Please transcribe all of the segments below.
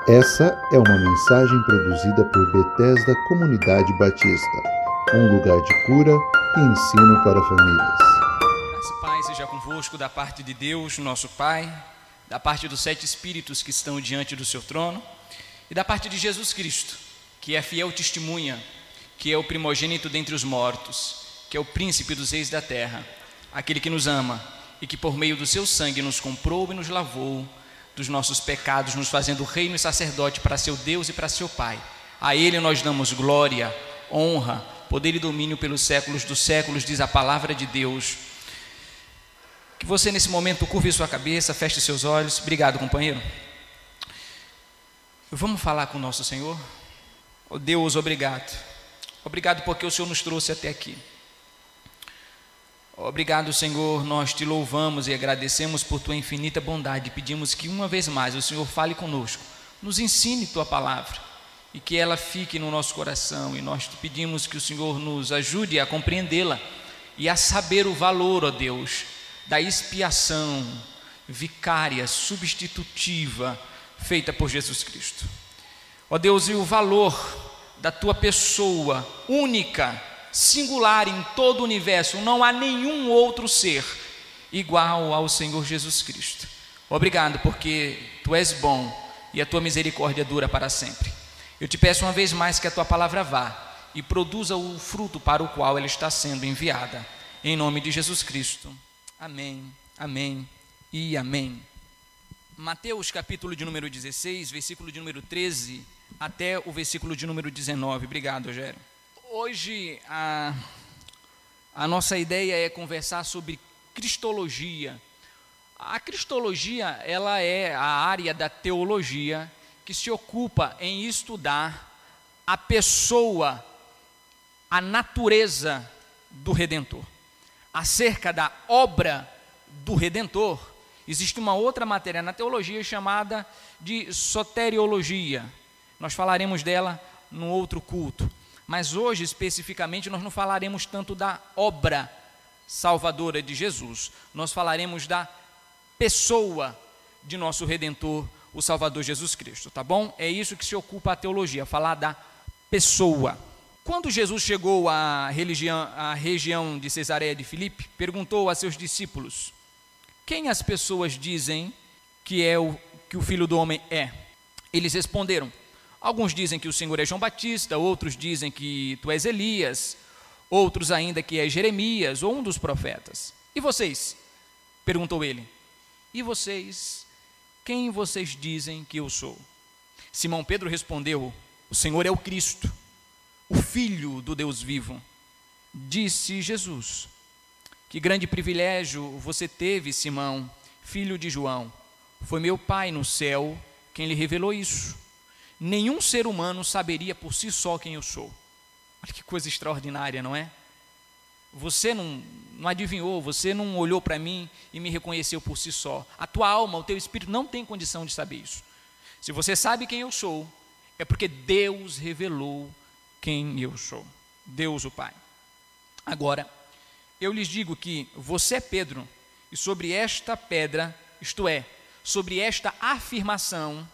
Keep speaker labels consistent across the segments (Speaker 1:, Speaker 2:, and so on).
Speaker 1: Essa é uma mensagem produzida por Bethesda Comunidade Batista, um lugar de cura e ensino para famílias.
Speaker 2: Graça e paz seja convosco da parte de Deus, nosso Pai, da parte dos 7 Espíritos que estão diante do seu trono e da parte de Jesus Cristo, que é fiel testemunha, que é o primogênito dentre os mortos, que é o príncipe dos reis da terra, aquele que nos ama e que por meio do seu sangue nos comprou e nos lavou dos nossos pecados, nos fazendo reino e sacerdote para seu Deus e para seu Pai. A Ele nós damos glória, honra, poder e domínio pelos séculos dos séculos, diz a palavra de Deus. Que você nesse momento curve sua cabeça, feche seus olhos. Obrigado, companheiro. Vamos falar com o nosso Senhor? Oh Deus, obrigado. Obrigado porque o Senhor nos trouxe até aqui. Obrigado, Senhor, nós te louvamos e agradecemos por tua infinita bondade. Pedimos que uma vez mais o Senhor fale conosco, nos ensine tua palavra e que ela fique no nosso coração. E nós te pedimos que o Senhor nos ajude a compreendê-la e a saber o valor, ó Deus, da expiação vicária, substitutiva, feita por Jesus Cristo. Ó Deus, e o valor da tua pessoa única, singular em todo o universo. Não há nenhum outro ser igual ao Senhor Jesus Cristo. Obrigado porque tu és bom e a tua misericórdia dura para sempre. Eu te peço uma vez mais que a tua palavra vá e produza o fruto para o qual ela está sendo enviada, em nome de Jesus Cristo. Amém, amém e amém. Mateus capítulo de número 16, versículo de número 13 até o versículo de número 19. Obrigado, Rogério. Hoje a nossa ideia é conversar sobre cristologia. A cristologia, ela é a área da teologia que se ocupa em estudar a pessoa, a natureza do Redentor. Acerca da obra do Redentor, existe uma outra matéria na teologia chamada de soteriologia. Nós falaremos dela no outro culto. Mas hoje, especificamente, nós não falaremos tanto da obra salvadora de Jesus. Nós falaremos da pessoa de nosso Redentor, o Salvador Jesus Cristo, tá bom? É isso que se ocupa a teologia, falar da pessoa. Quando Jesus chegou à região de Cesareia de Filipe, perguntou a seus discípulos: quem as pessoas dizem que o Filho do Homem é? Eles responderam: alguns dizem que o Senhor é João Batista, outros dizem que tu és Elias, outros ainda que és Jeremias ou um dos profetas. E vocês? Perguntou ele. E vocês? Quem vocês dizem que eu sou? Simão Pedro respondeu: o Senhor é o Cristo, o Filho do Deus vivo. Disse Jesus: que grande privilégio você teve, Simão, filho de João. Foi meu Pai no céu quem lhe revelou isso. Nenhum ser humano saberia por si só quem eu sou. Olha que coisa extraordinária, não é? Você não adivinhou, você não olhou para mim e me reconheceu por si só. A tua alma, o teu espírito não tem condição de saber isso. Se você sabe quem eu sou, é porque Deus revelou quem eu sou. Deus o Pai. Agora, eu lhes digo que você é Pedro, e sobre esta pedra, isto é, sobre esta afirmação,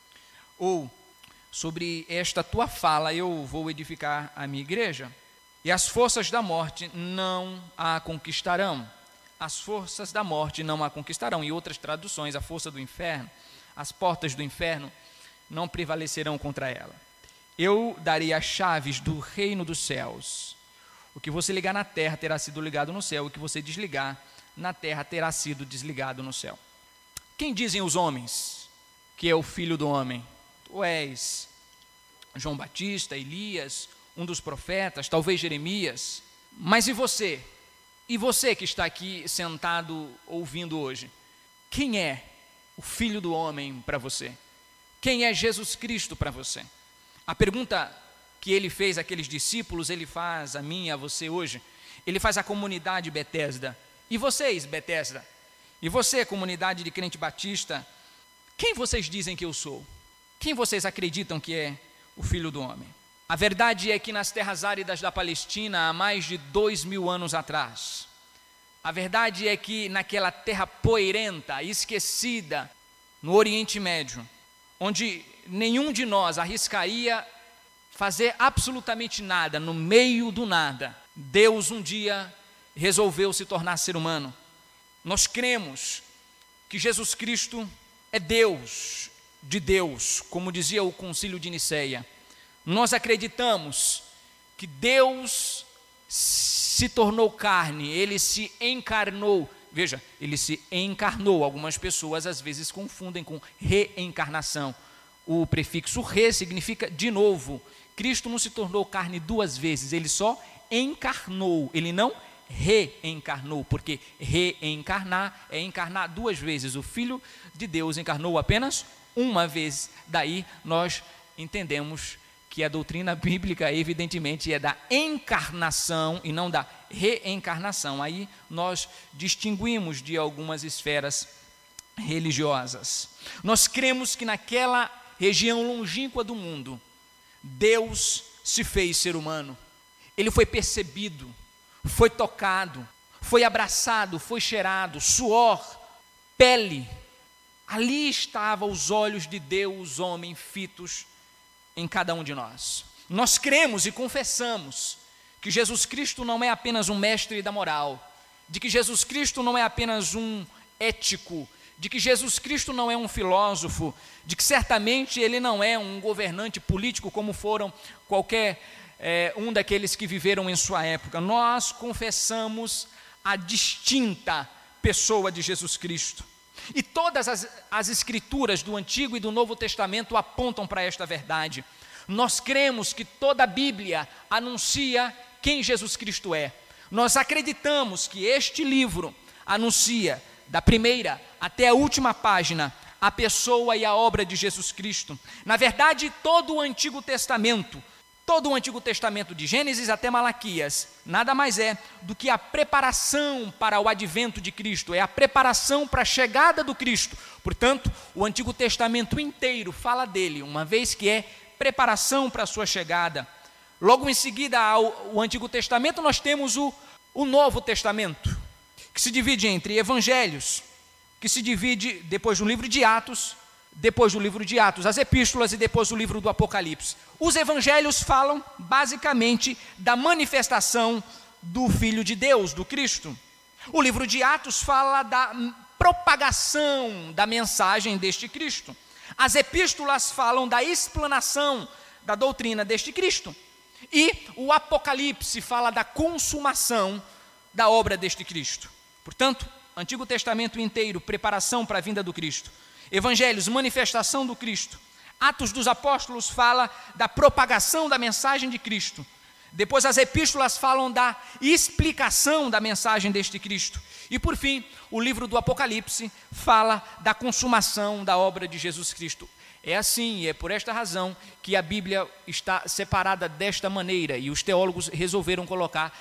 Speaker 2: ou sobre esta tua fala, eu vou edificar a minha igreja, e as forças da morte não a conquistarão. As forças da morte não a conquistarão. Em outras traduções, a força do inferno, as portas do inferno não prevalecerão contra ela. Eu darei as chaves do reino dos céus. O que você ligar na terra terá sido ligado no céu, o que você desligar na terra terá sido desligado no céu. Quem dizem os homens que é o Filho do Homem? Tu és João Batista, Elias, um dos profetas, talvez Jeremias. Mas e você? E você que está aqui sentado ouvindo hoje? Quem é o Filho do Homem para você? Quem é Jesus Cristo para você? A pergunta que ele fez àqueles discípulos, ele faz a mim e a você hoje. Ele faz à comunidade Bethesda. E vocês, Bethesda? E você, comunidade de crente batista? Quem vocês dizem que eu sou? Quem vocês acreditam que é o Filho do Homem? A verdade é que nas terras áridas da Palestina, há mais de 2000 anos atrás, a verdade é que naquela terra poeirenta, esquecida, no Oriente Médio, onde nenhum de nós arriscaria fazer absolutamente nada no meio do nada, Deus um dia resolveu se tornar ser humano. Nós cremos que Jesus Cristo é Deus de Deus, como dizia o Concílio de Nicéia. Nós acreditamos que Deus se tornou carne, Ele se encarnou. Veja, Ele se encarnou. Algumas pessoas às vezes confundem com reencarnação. O prefixo re significa de novo. Cristo não se tornou carne duas vezes, Ele só encarnou, Ele não reencarnou, porque reencarnar é encarnar duas vezes. O Filho de Deus encarnou apenas uma vez. Daí nós entendemos que a doutrina bíblica evidentemente é da encarnação e não da reencarnação. Aí nós distinguimos de algumas esferas religiosas. Nós cremos que naquela região longínqua do mundo, Deus se fez ser humano. Ele foi percebido, foi tocado, foi abraçado, foi cheirado, suor, pele. Ali estavam os olhos de Deus, homem, fitos em cada um de nós. Nós cremos e confessamos que Jesus Cristo não é apenas um mestre da moral, de que Jesus Cristo não é apenas um ético, de que Jesus Cristo não é um filósofo, de que certamente Ele não é um governante político como foram qualquer um daqueles que viveram em sua época. Nós confessamos a distinta pessoa de Jesus Cristo. E todas as escrituras do Antigo e do Novo Testamento apontam para esta verdade. Nós cremos que toda a Bíblia anuncia quem Jesus Cristo é. Nós acreditamos que este livro anuncia, da primeira até a última página, a pessoa e a obra de Jesus Cristo. Na verdade, todo o Antigo Testamento de Gênesis até Malaquias, nada mais é do que a preparação para o advento de Cristo, é a preparação para a chegada do Cristo. Portanto, o Antigo Testamento inteiro fala dele, uma vez que é preparação para a sua chegada. Logo em seguida ao Antigo Testamento, nós temos o Novo Testamento, que se divide entre evangelhos, que se divide depois do livro de Atos, depois do livro de Atos, as epístolas e depois o livro do Apocalipse. Os evangelhos falam basicamente da manifestação do Filho de Deus, do Cristo. O livro de Atos fala da propagação da mensagem deste Cristo. As epístolas falam da explanação da doutrina deste Cristo. E o Apocalipse fala da consumação da obra deste Cristo. Portanto, Antigo Testamento inteiro, preparação para a vinda do Cristo. Evangelhos, manifestação do Cristo. Atos dos Apóstolos fala da propagação da mensagem de Cristo. Depois as epístolas falam da explicação da mensagem deste Cristo. E por fim, o livro do Apocalipse fala da consumação da obra de Jesus Cristo. É assim, e é por esta razão que a Bíblia está separada desta maneira, e os teólogos resolveram colocar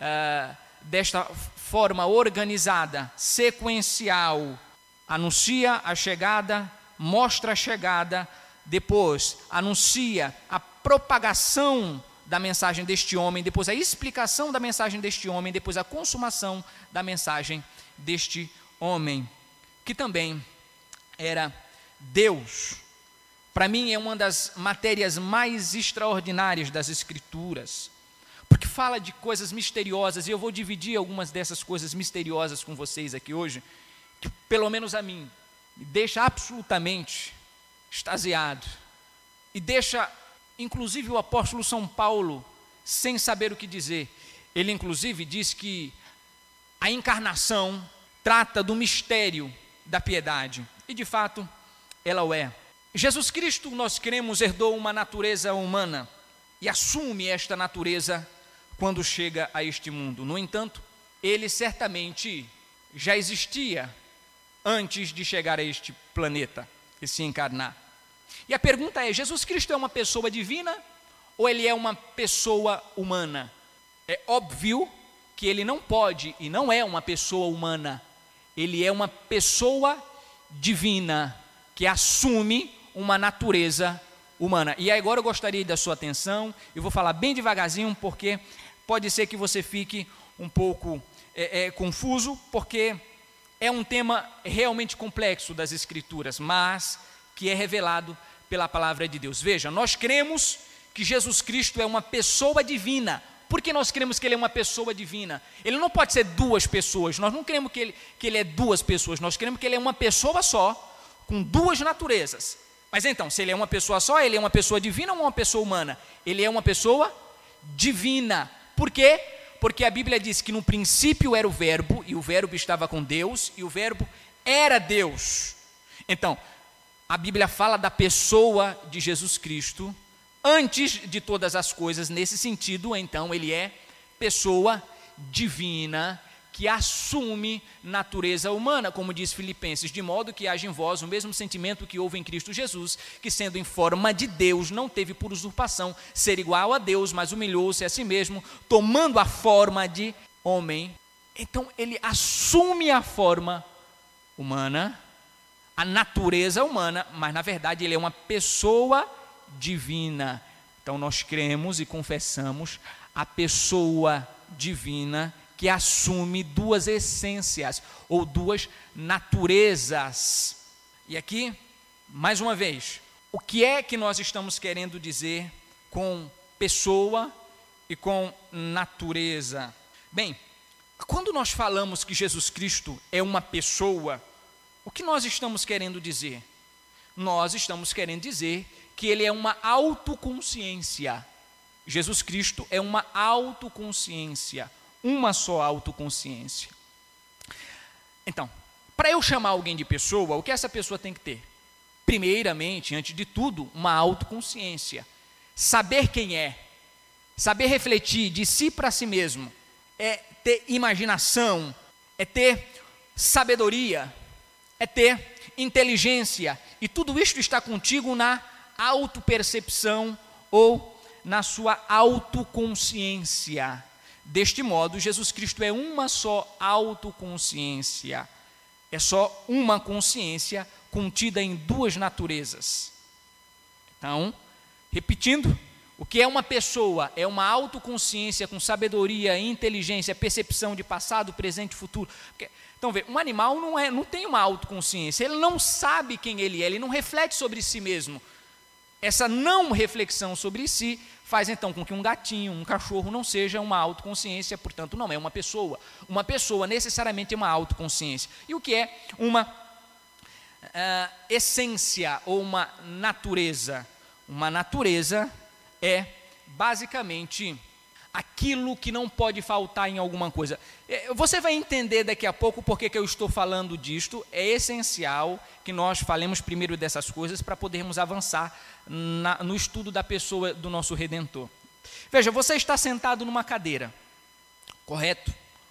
Speaker 2: desta forma organizada, sequencial. Anuncia a chegada, mostra a chegada, depois anuncia a propagação da mensagem deste homem, depois a explicação da mensagem deste homem, depois a consumação da mensagem deste homem, que também era Deus. Para mim é uma das matérias mais extraordinárias das Escrituras, porque fala de coisas misteriosas, e eu vou dividir algumas dessas coisas misteriosas com vocês aqui hoje, que pelo menos a mim, me deixa absolutamente extasiado, e deixa inclusive o apóstolo São Paulo sem saber o que dizer. Ele inclusive diz que a encarnação trata do mistério da piedade, e de fato ela o é. Jesus Cristo, nós cremos, herdou uma natureza humana e assume esta natureza quando chega a este mundo. No entanto, ele certamente já existia antes de chegar a este planeta e se encarnar. E a pergunta é: Jesus Cristo é uma pessoa divina ou ele é uma pessoa humana? É óbvio que ele não pode e não é uma pessoa humana. Ele é uma pessoa divina que assume uma natureza humana. E agora eu gostaria da sua atenção, eu vou falar bem devagarzinho, porque pode ser que você fique um pouco confuso, porque é um tema realmente complexo das Escrituras, mas que é revelado pela palavra de Deus. Veja, nós cremos que Jesus Cristo é uma pessoa divina. Por que nós cremos que ele é uma pessoa divina? Ele não pode ser duas pessoas, nós não cremos que ele é duas pessoas, nós cremos que ele é uma pessoa só, com duas naturezas. Mas então, se ele é uma pessoa só, ele é uma pessoa divina ou uma pessoa humana? Ele é uma pessoa divina. Por quê? Porque a Bíblia diz que no princípio era o verbo, e o verbo estava com Deus, e o verbo era Deus. Então, a Bíblia fala da pessoa de Jesus Cristo, antes de todas as coisas. Nesse sentido, então, ele é pessoa divina, que assume natureza humana, como diz Filipenses, de modo que haja em vós o mesmo sentimento que houve em Cristo Jesus, que sendo em forma de Deus, não teve por usurpação ser igual a Deus, mas humilhou-se a si mesmo, tomando a forma de homem. Então, ele assume a forma humana, a natureza humana, mas na verdade ele é uma pessoa divina. Então nós cremos e confessamos a pessoa divina que assume duas essências ou duas naturezas. E aqui, mais uma vez, o que é que nós estamos querendo dizer com pessoa e com natureza? Bem, quando nós falamos que Jesus Cristo é uma pessoa, o que nós estamos querendo dizer? Nós estamos querendo dizer que ele é uma autoconsciência. Jesus Cristo é uma autoconsciência, uma só autoconsciência. Então, para eu chamar alguém de pessoa, o que essa pessoa tem que ter? Primeiramente, antes de tudo, uma autoconsciência. Saber quem é, saber refletir de si para si mesmo, é ter imaginação, é ter sabedoria, é ter inteligência, e tudo isto está contigo na autopercepção ou na sua autoconsciência. Deste modo, Jesus Cristo é uma só autoconsciência, é só uma consciência contida em duas naturezas. Então, repetindo, o que é uma pessoa? É uma autoconsciência com sabedoria, inteligência, percepção de passado, presente e futuro. Então, vê, um animal não tem uma autoconsciência, ele não sabe quem ele é, ele não reflete sobre si mesmo. Essa não reflexão sobre si faz então com que um gatinho, um cachorro não seja uma autoconsciência, portanto não é uma pessoa. Uma pessoa necessariamente é uma autoconsciência. E o que é uma essência ou uma natureza? Uma natureza é basicamente aquilo que não pode faltar em alguma coisa. Você vai entender daqui a pouco porque que eu estou falando disto. É essencial que nós falemos primeiro dessas coisas para podermos avançar no estudo da pessoa do nosso Redentor. Veja, você está sentado numa cadeira, correto?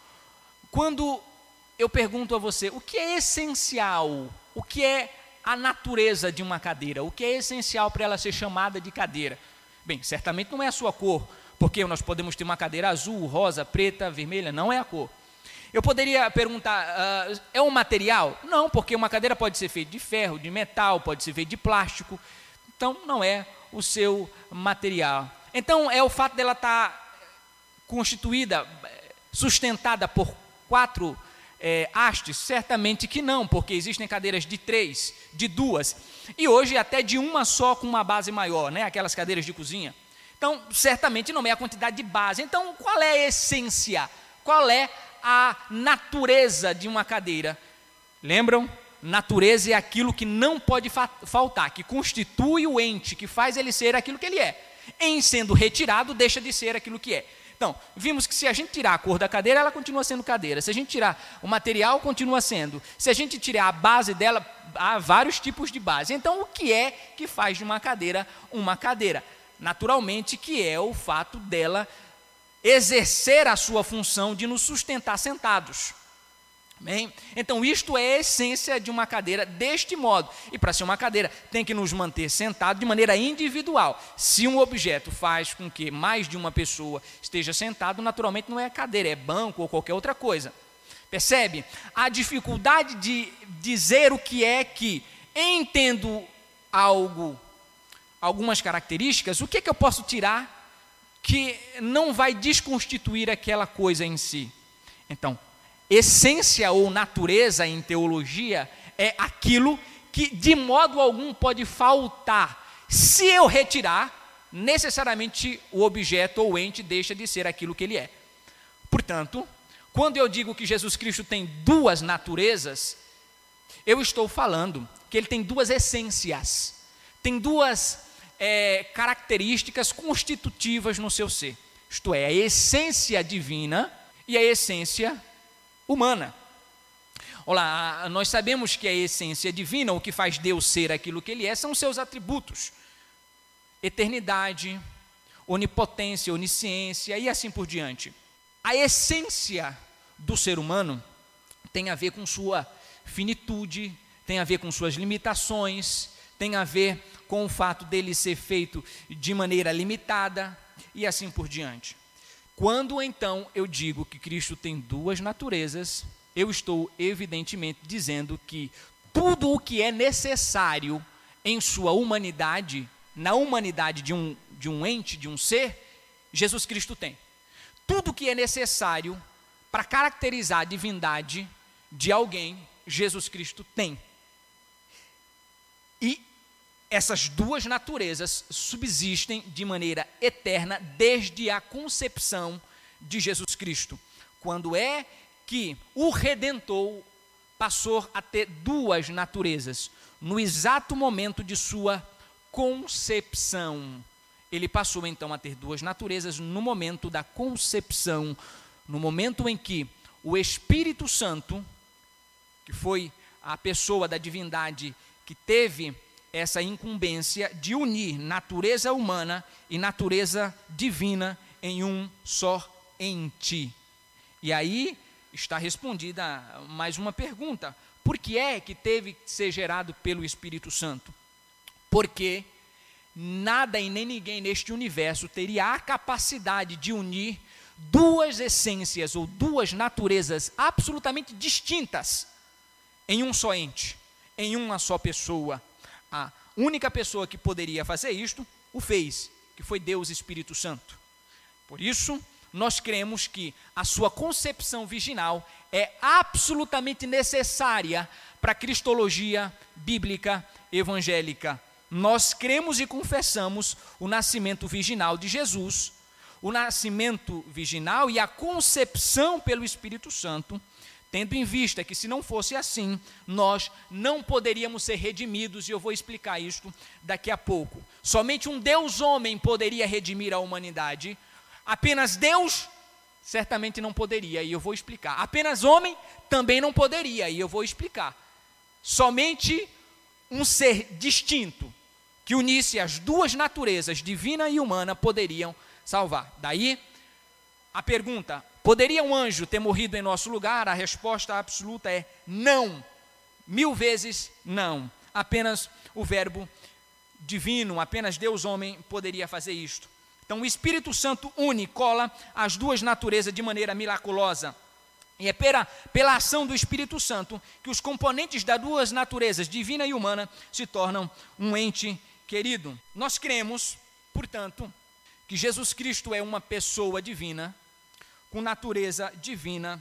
Speaker 2: Quando eu pergunto a você, o que é essencial? O que é a natureza de uma cadeira? O que é essencial para ela ser chamada de cadeira? Bem, certamente não é a sua cor, porque nós podemos ter uma cadeira azul, rosa, preta, vermelha, não é a cor. Eu poderia perguntar, é um material? Não, porque uma cadeira pode ser feita de ferro, de metal, pode ser feita de plástico, então não é o seu material. Então é o fato dela estar constituída, sustentada por 4 hastes? Certamente que não, porque existem cadeiras de 3, de 2, e hoje até de uma só com uma base maior, né? Aquelas cadeiras de cozinha. Então, certamente não é a quantidade de base. Então, qual é a essência? Qual é a natureza de uma cadeira? Lembram? Natureza é aquilo que não pode faltar, que constitui o ente, que faz ele ser aquilo que ele é. Em sendo retirado, deixa de ser aquilo que é. Então, vimos que se a gente tirar a cor da cadeira, ela continua sendo cadeira. Se a gente tirar o material, continua sendo. Se a gente tirar a base dela, há vários tipos de base. Então, o que é que faz de uma cadeira uma cadeira? Naturalmente que é o fato dela exercer a sua função de nos sustentar sentados. Bem, então isto é a essência de uma cadeira deste modo. E para ser uma cadeira tem que nos manter sentados de maneira individual. Se um objeto faz com que mais de uma pessoa esteja sentado, naturalmente não é cadeira, é banco ou qualquer outra coisa. Percebe? A dificuldade de dizer o que é que, entendo algumas características, o que é que eu posso tirar que não vai desconstituir aquela coisa em si? Então, essência ou natureza em teologia é aquilo que de modo algum pode faltar, Se eu retirar, necessariamente o objeto ou o ente deixa de ser aquilo que ele é. Portanto, quando eu digo que Jesus Cristo tem duas naturezas, eu estou falando que ele tem duas essências, tem duas características constitutivas no seu ser, isto é, a essência divina e a essência humana. Olá, nós sabemos que a essência divina, o que faz Deus ser aquilo que ele é, são seus atributos: eternidade, onipotência, onisciência e assim por diante. A essência do ser humano tem a ver com sua finitude, tem a ver com suas limitações, tem a ver com o fato dele ser feito de maneira limitada e assim por diante. Quando então eu digo que Cristo tem duas naturezas, eu estou evidentemente dizendo que tudo o que é necessário em sua humanidade, na humanidade de um ente, de um ser, Jesus Cristo tem. Tudo o que é necessário para caracterizar a divindade de alguém, Jesus Cristo tem. E essas duas naturezas subsistem de maneira eterna desde a concepção de Jesus Cristo. Quando é que o Redentor passou a ter duas naturezas? No exato momento de sua concepção. Ele passou então a ter duas naturezas no momento da concepção, no momento em que o Espírito Santo, que foi a pessoa da divindade que teve essa incumbência de unir natureza humana e natureza divina em um só ente. E aí está respondida mais uma pergunta: por que é que teve que ser gerado pelo Espírito Santo? Porque nada e nem ninguém neste universo teria a capacidade de unir duas essências ou duas naturezas absolutamente distintas em um só ente, em uma só pessoa. A única pessoa que poderia fazer isto o fez, que foi Deus Espírito Santo. Por isso, nós cremos que a sua concepção virginal é absolutamente necessária para a cristologia bíblica evangélica. Nós cremos e confessamos o nascimento virginal de Jesus, o nascimento virginal e a concepção pelo Espírito Santo, tendo em vista que, se não fosse assim, nós não poderíamos ser redimidos, e eu vou explicar isto daqui a pouco. Somente um Deus homem poderia redimir a humanidade. Apenas Deus certamente não poderia, e eu vou explicar. Apenas homem também não poderia, e eu vou explicar. Somente um ser distinto, que unisse as duas naturezas, divina e humana, poderiam salvar. Daí a pergunta: poderia um anjo ter morrido em nosso lugar? A resposta absoluta é não, 1000 vezes não. Apenas o verbo divino, apenas Deus homem poderia fazer isto. Então o Espírito Santo une, cola as duas naturezas de maneira miraculosa. E é pela ação do Espírito Santo que os componentes das duas naturezas, divina e humana, se tornam um ente querido. Nós cremos, portanto, que Jesus Cristo é uma pessoa divina, com natureza divina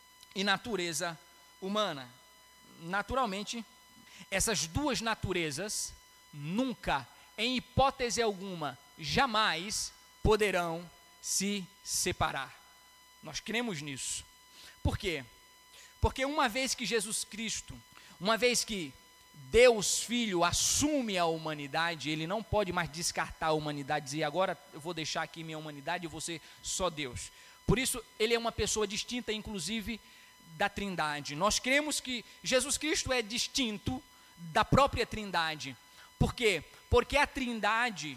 Speaker 2: e natureza humana. Naturalmente, essas duas naturezas nunca, em hipótese alguma, jamais poderão se separar. Nós cremos nisso. Por quê? Porque uma vez que Jesus Cristo, uma vez que Deus Filho assume a humanidade, ele não pode mais descartar a humanidade, dizer agora eu vou deixar aqui minha humanidade e vou ser só Deus. Por isso ele é uma pessoa distinta, inclusive, da Trindade. Nós cremos que Jesus Cristo é distinto da própria Trindade. Por quê? Porque a Trindade,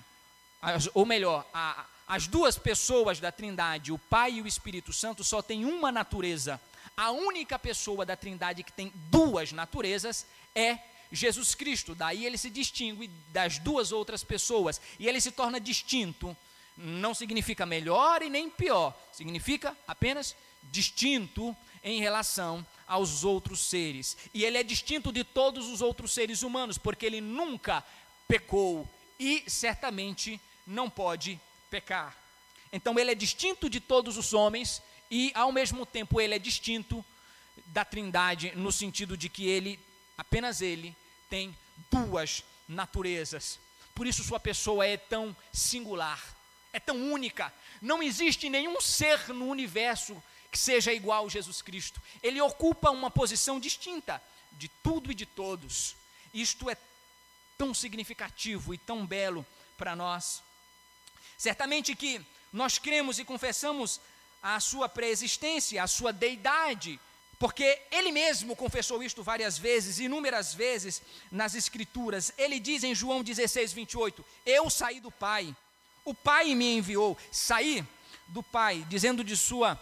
Speaker 2: ou melhor, as duas pessoas da Trindade, o Pai e o Espírito Santo, só têm uma natureza. A única pessoa da Trindade que tem duas naturezas é Jesus Cristo. Daí ele se distingue das duas outras pessoas e ele se torna distinto. Não significa melhor e nem pior, significa apenas distinto em relação aos outros seres. E ele é distinto de todos os outros seres humanos, porque ele nunca pecou e certamente não pode pecar. Então ele é distinto de todos os homens e ao mesmo tempo ele é distinto da Trindade, no sentido de que ele, apenas ele, tem duas naturezas. Por isso sua pessoa é tão singular, é tão única. Não existe nenhum ser no universo que seja igual a Jesus Cristo. Ele ocupa uma posição distinta de tudo e de todos. Isto é tão significativo e tão belo para nós. Certamente que nós cremos e confessamos a sua pré-existência, a sua deidade, porque ele mesmo confessou isto várias vezes, inúmeras vezes nas Escrituras. Ele diz em João 16, 28, eu saí do Pai, o Pai me enviou. Saí do Pai, dizendo de sua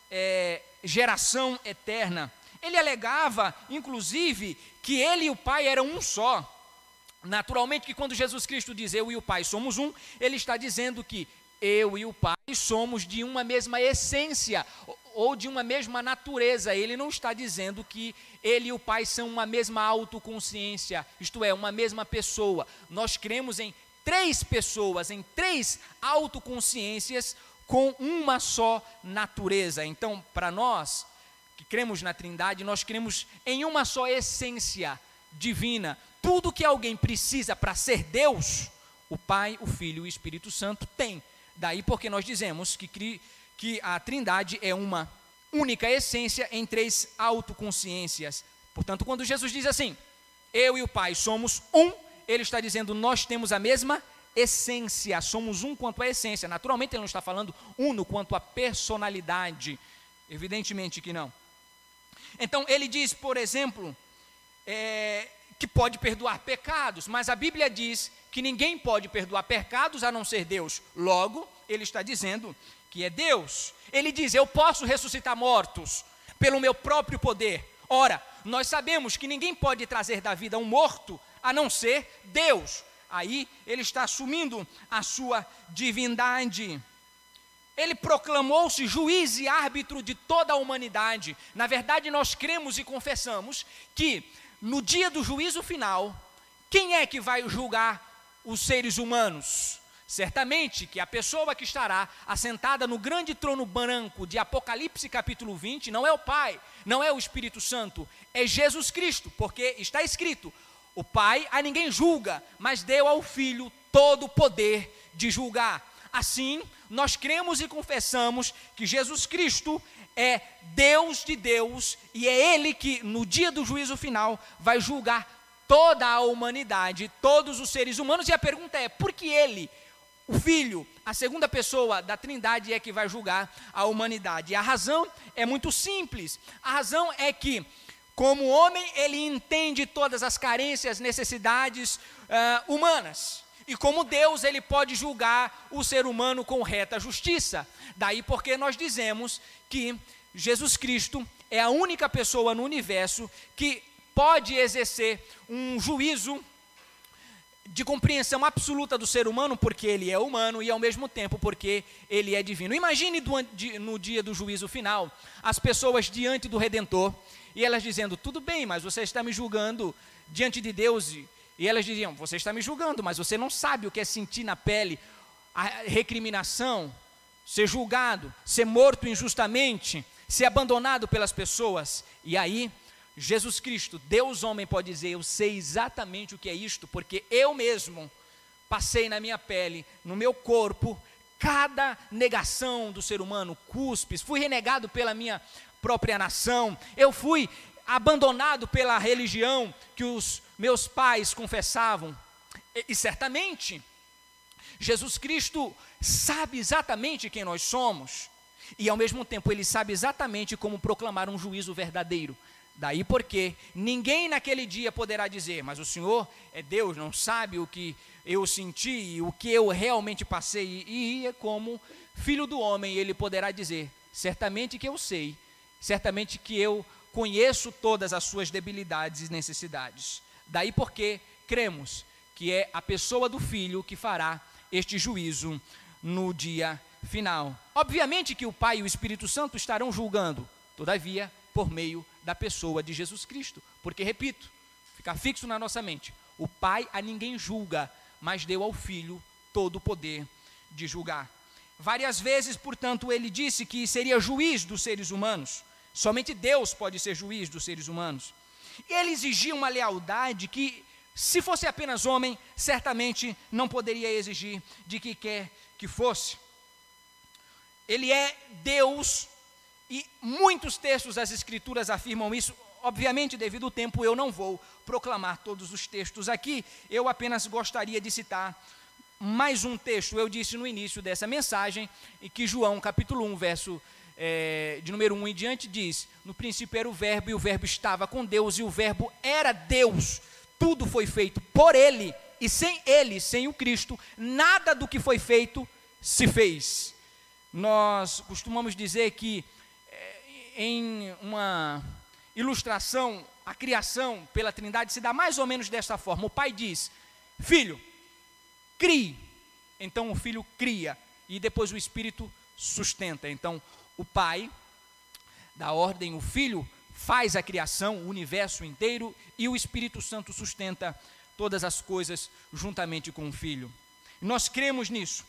Speaker 2: geração eterna. Ele alegava, inclusive, que ele e o Pai eram um só. Naturalmente que quando Jesus Cristo diz eu e o Pai somos um, ele está dizendo que eu e o Pai somos de uma mesma essência, ou de uma mesma natureza. Ele não está dizendo que ele e o Pai são uma mesma autoconsciência, isto é, uma mesma pessoa. Nós cremos em três pessoas, em três autoconsciências com uma só natureza. Então, para nós que cremos na Trindade, nós cremos em uma só essência divina. Tudo que alguém precisa para ser Deus, o Pai, o Filho e o Espírito Santo tem. Daí porque nós dizemos que a Trindade é uma única essência em três autoconsciências. Portanto, quando Jesus diz assim, eu e o Pai somos um, ele está dizendo, nós temos a mesma essência, somos um quanto à essência. Naturalmente ele não está falando uno quanto à personalidade, evidentemente que não. Então ele diz, por exemplo, que pode perdoar pecados, mas a Bíblia diz que ninguém pode perdoar pecados a não ser Deus. Logo, ele está dizendo que é Deus. Ele diz, eu posso ressuscitar mortos pelo meu próprio poder. Ora, nós sabemos que ninguém pode trazer da vida um morto a não ser Deus. Aí ele está assumindo a sua divindade. Ele proclamou-se juiz e árbitro de toda a humanidade. Na verdade, nós cremos e confessamos que no dia do juízo final, quem é que vai julgar os seres humanos? Certamente que a pessoa que estará assentada no grande trono branco de Apocalipse capítulo 20, não é o Pai, não é o Espírito Santo, é Jesus Cristo, porque está escrito, o Pai a ninguém julga, mas deu ao Filho todo o poder de julgar. Assim, nós cremos e confessamos que Jesus Cristo é Deus de Deus, e é Ele que no dia do juízo final vai julgar toda a humanidade, todos os seres humanos. E a pergunta é, por que Ele, o Filho, a segunda pessoa da Trindade, é que vai julgar a humanidade? E a razão é muito simples. A razão é que, como homem, Ele entende todas as carências, necessidades humanas. E como Deus, Ele pode julgar o ser humano com reta justiça. Daí porque nós dizemos que Jesus Cristo é a única pessoa no universo que pode exercer um juízo de compreensão absoluta do ser humano, porque ele é humano e ao mesmo tempo porque ele é divino. Imagine no dia do juízo final, as pessoas diante do Redentor, e elas dizendo, tudo bem, mas você está me julgando diante de Deus. E elas diziam, você está me julgando, mas você não sabe o que é sentir na pele a recriminação, ser julgado, ser morto injustamente, ser abandonado pelas pessoas. E aí, Jesus Cristo, Deus homem, pode dizer, eu sei exatamente o que é isto, porque eu mesmo passei na minha pele, no meu corpo, cada negação do ser humano, cuspes, fui renegado pela minha própria nação, eu fui abandonado pela religião que os meus pais confessavam, e certamente, Jesus Cristo sabe exatamente quem nós somos, e ao mesmo tempo Ele sabe exatamente como proclamar um juízo verdadeiro. Daí porque ninguém naquele dia poderá dizer, mas o Senhor é Deus, não sabe o que eu senti, o que eu realmente passei, e como filho do homem Ele poderá dizer, certamente que eu sei, certamente que eu conheço todas as suas debilidades e necessidades. Daí porque cremos que é a pessoa do Filho que fará este juízo no dia final. Obviamente que o Pai e o Espírito Santo estarão julgando, todavia, por meio da pessoa de Jesus Cristo. Porque, repito, fica fixo na nossa mente, o Pai a ninguém julga, mas deu ao Filho todo o poder de julgar. Várias vezes, portanto, ele disse que seria juiz dos seres humanos. Somente Deus pode ser juiz dos seres humanos. E ele exigia uma lealdade que Se fosse apenas homem, certamente não poderia exigir de que quer que fosse. Ele é Deus, e muitos textos das Escrituras afirmam isso. Obviamente, devido ao tempo, eu não vou proclamar todos os textos aqui, eu apenas gostaria de citar mais um texto. Eu disse no início dessa mensagem, que João, capítulo 1, verso de número 1 em diante, diz: no princípio era o verbo, e o verbo estava com Deus, e o verbo era Deus. Tudo foi feito por ele, e sem ele, sem o Cristo, nada do que foi feito se fez. Nós costumamos dizer que em uma ilustração, a criação pela Trindade se dá mais ou menos desta forma. O pai diz: filho, crie. Então o filho cria, e depois o Espírito sustenta. Então o pai dá ordem, o filho faz a criação, o universo inteiro, e o Espírito Santo sustenta todas as coisas juntamente com o Filho. Nós cremos nisso.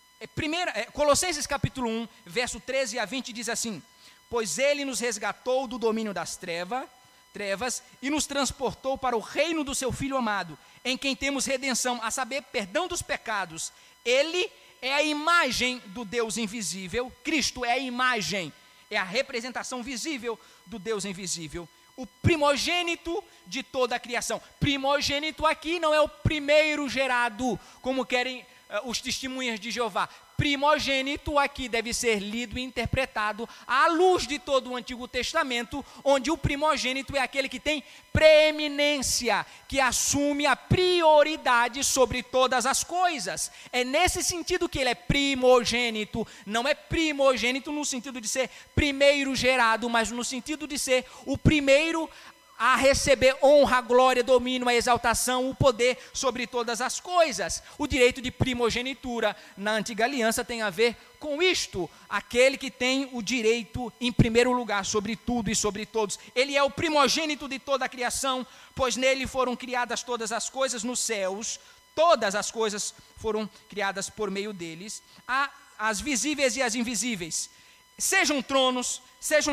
Speaker 2: Colossenses capítulo 1, verso 13 a 20 diz assim: pois ele nos resgatou do domínio das trevas e nos transportou para o reino do seu Filho amado, em quem temos redenção, a saber, perdão dos pecados. Ele é a imagem do Deus invisível. Cristo é a imagem, é a representação visível do Deus invisível, o primogênito de toda a criação. Primogênito aqui não é o primeiro gerado, como querem os testemunhas de Jeová. Primogênito aqui deve ser lido e interpretado à luz de todo o Antigo Testamento, onde o primogênito é aquele que tem preeminência, que assume a prioridade sobre todas as coisas. É nesse sentido que ele é primogênito. Não é primogênito no sentido de ser primeiro gerado, mas no sentido de ser o primeiro a receber honra, glória, domínio, a exaltação, o poder sobre todas as coisas. O direito de primogenitura na antiga aliança tem a ver com isto: aquele que tem o direito em primeiro lugar sobre tudo e sobre todos. Ele é o primogênito de toda a criação, pois nele foram criadas todas as coisas nos céus. Todas as coisas foram criadas por meio deles, as visíveis e as invisíveis. Sejam tronos, sejam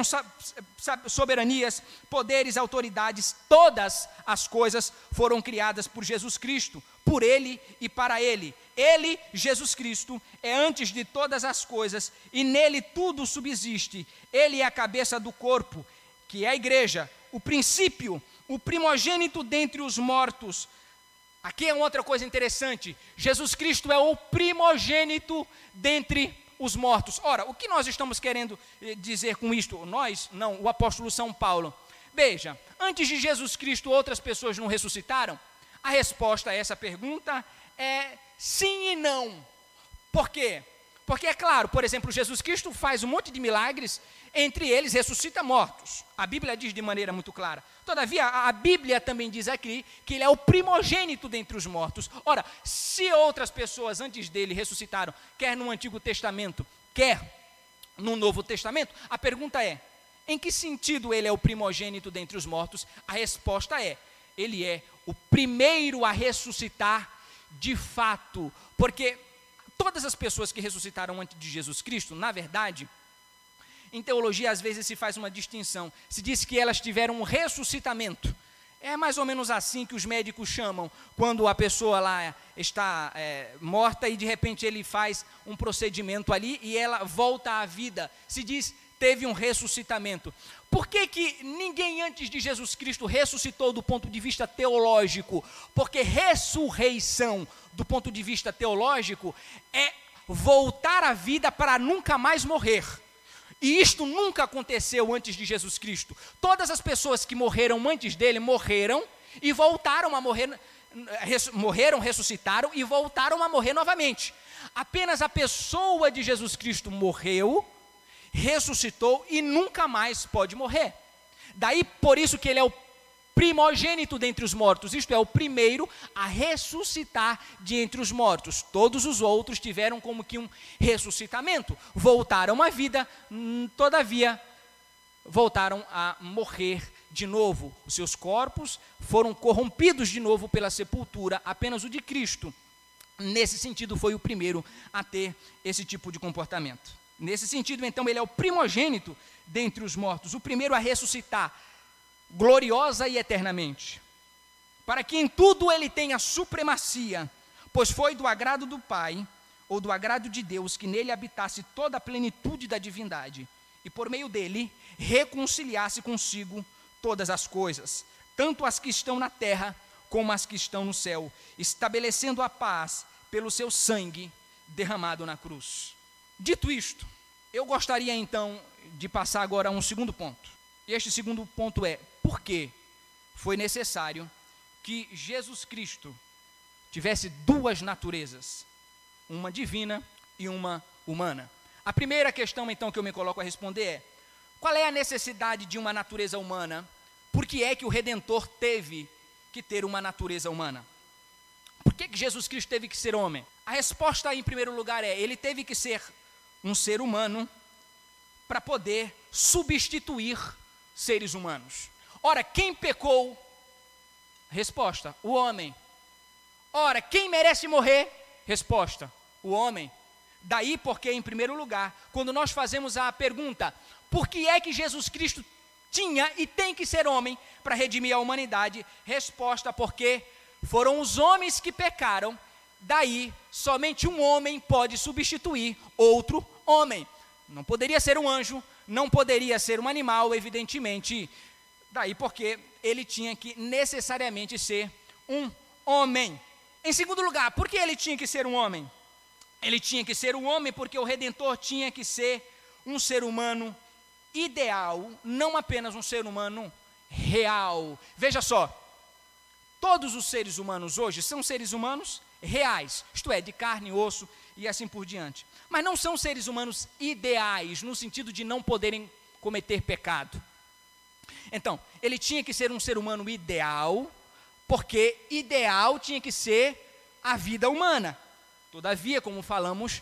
Speaker 2: soberanias, poderes, autoridades, todas as coisas foram criadas por Jesus Cristo, por Ele e para Ele. Ele, Jesus Cristo, é antes de todas as coisas, e nele tudo subsiste. Ele é a cabeça do corpo, que é a igreja, o princípio, o primogênito dentre os mortos. Aqui é outra coisa interessante: Jesus Cristo é o primogênito dentre os mortos. Ora, o que nós estamos querendo dizer com isto? Nós? Não, o apóstolo São Paulo. Veja, antes de Jesus Cristo, outras pessoas não ressuscitaram? A resposta a essa pergunta é sim e não. Por quê? Porque é claro, por exemplo, Jesus Cristo faz um monte de milagres, entre eles ressuscita mortos. A Bíblia diz de maneira muito clara. Todavia, a Bíblia também diz aqui que ele é o primogênito dentre os mortos. Ora, se outras pessoas antes dele ressuscitaram, quer no Antigo Testamento, quer no Novo Testamento, a pergunta é: em que sentido ele é o primogênito dentre os mortos? A resposta é: ele é o primeiro a ressuscitar de fato, porque todas as pessoas que ressuscitaram antes de Jesus Cristo, na verdade, em teologia às vezes se faz uma distinção, se diz que elas tiveram um ressuscitamento. É mais ou menos assim que os médicos chamam, quando a pessoa lá está morta e de repente ele faz um procedimento ali e ela volta à vida. Se diz, teve um ressuscitamento. Por que que ninguém antes de Jesus Cristo ressuscitou do ponto de vista teológico? Porque ressurreição, do ponto de vista teológico, é voltar à vida para nunca mais morrer. E isto nunca aconteceu antes de Jesus Cristo. Todas as pessoas que morreram antes dele morreram e voltaram a morrer, morreram, ressuscitaram e voltaram a morrer novamente. Apenas a pessoa de Jesus Cristo morreu, ressuscitou e nunca mais pode morrer. Daí por isso que ele é o primogênito dentre os mortos, isto é, o primeiro a ressuscitar de entre os mortos. Todos os outros tiveram como que um ressuscitamento, voltaram à vida, todavia voltaram a morrer de novo. Os seus corpos foram corrompidos de novo pela sepultura. Apenas o de Cristo, nesse sentido, foi o primeiro a ter esse tipo de comportamento. Nesse sentido, então, ele é o primogênito dentre os mortos, o primeiro a ressuscitar gloriosa e eternamente.
Speaker 3: para que em tudo ele tenha supremacia, pois foi do agrado do Pai, ou do agrado de Deus, que nele habitasse toda a plenitude da divindade, e por meio dele reconciliasse consigo todas as coisas, tanto as que estão na terra como as que estão no céu, estabelecendo a paz pelo seu sangue derramado na cruz. Dito isto, eu gostaria então de passar agora a um segundo ponto. E este segundo ponto é: por que foi necessário que Jesus Cristo tivesse duas naturezas, uma divina e uma humana? A primeira questão então que eu me coloco a responder é: qual é a necessidade de uma natureza humana? Por que é que o Redentor teve que ter uma natureza humana? Por que Jesus Cristo teve que ser homem? A resposta em primeiro lugar é: ele teve que ser um ser humano para poder substituir seres humanos. Ora, quem pecou? Resposta: o homem. Ora, quem merece morrer? Resposta: o homem. Daí porque, em primeiro lugar, quando nós fazemos a pergunta, por que é que Jesus Cristo tinha e tem que ser homem para redimir a humanidade? Resposta: porque foram os homens que pecaram, daí somente um homem pode substituir outro homem. Não poderia ser um anjo, não poderia ser um animal, evidentemente. Daí porque ele tinha que necessariamente ser um homem. Em segundo lugar, por que ele tinha que ser um homem? Ele tinha que ser um homem porque o Redentor tinha que ser um ser humano ideal, não apenas um ser humano real. Veja só, todos os seres humanos hoje são seres humanos reais, isto é, de carne e osso e assim por diante. Mas não são seres humanos ideais, no sentido de não poderem cometer pecado. Então, ele tinha que ser um ser humano ideal, porque ideal tinha que ser a vida humana. Todavia, como falamos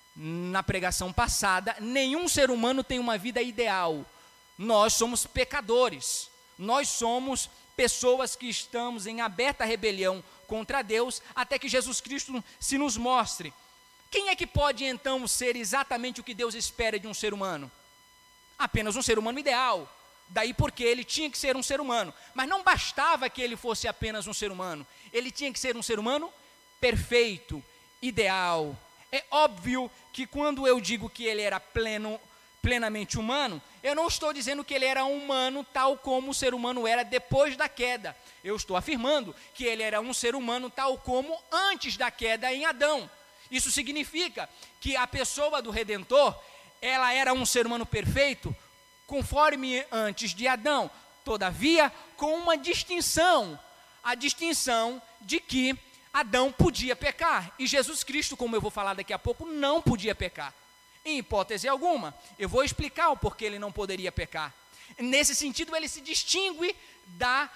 Speaker 3: na pregação passada, nenhum ser humano tem uma vida ideal. Nós somos pecadores, nós somos pessoas que estamos em aberta rebelião contra Deus, até que Jesus Cristo se nos mostre. Quem é que pode então ser exatamente o que Deus espera de um ser humano? Apenas um ser humano ideal. Daí porque ele tinha que ser um ser humano. Mas não bastava que ele fosse apenas um ser humano. Ele tinha que ser um ser humano perfeito, ideal. É óbvio que quando eu digo que ele era plenamente humano, eu não estou dizendo que ele era humano tal como o ser humano era depois da queda. Eu estou afirmando que ele era um ser humano tal como antes da queda em Adão. Isso significa que a pessoa do Redentor, ela era um ser humano perfeito, conforme antes de Adão, todavia com uma distinção, a distinção de que Adão podia pecar, e Jesus Cristo, como eu vou falar daqui a pouco, não podia pecar, em hipótese alguma. Eu vou explicar o porquê ele não poderia pecar. Nesse sentido, ele se distingue da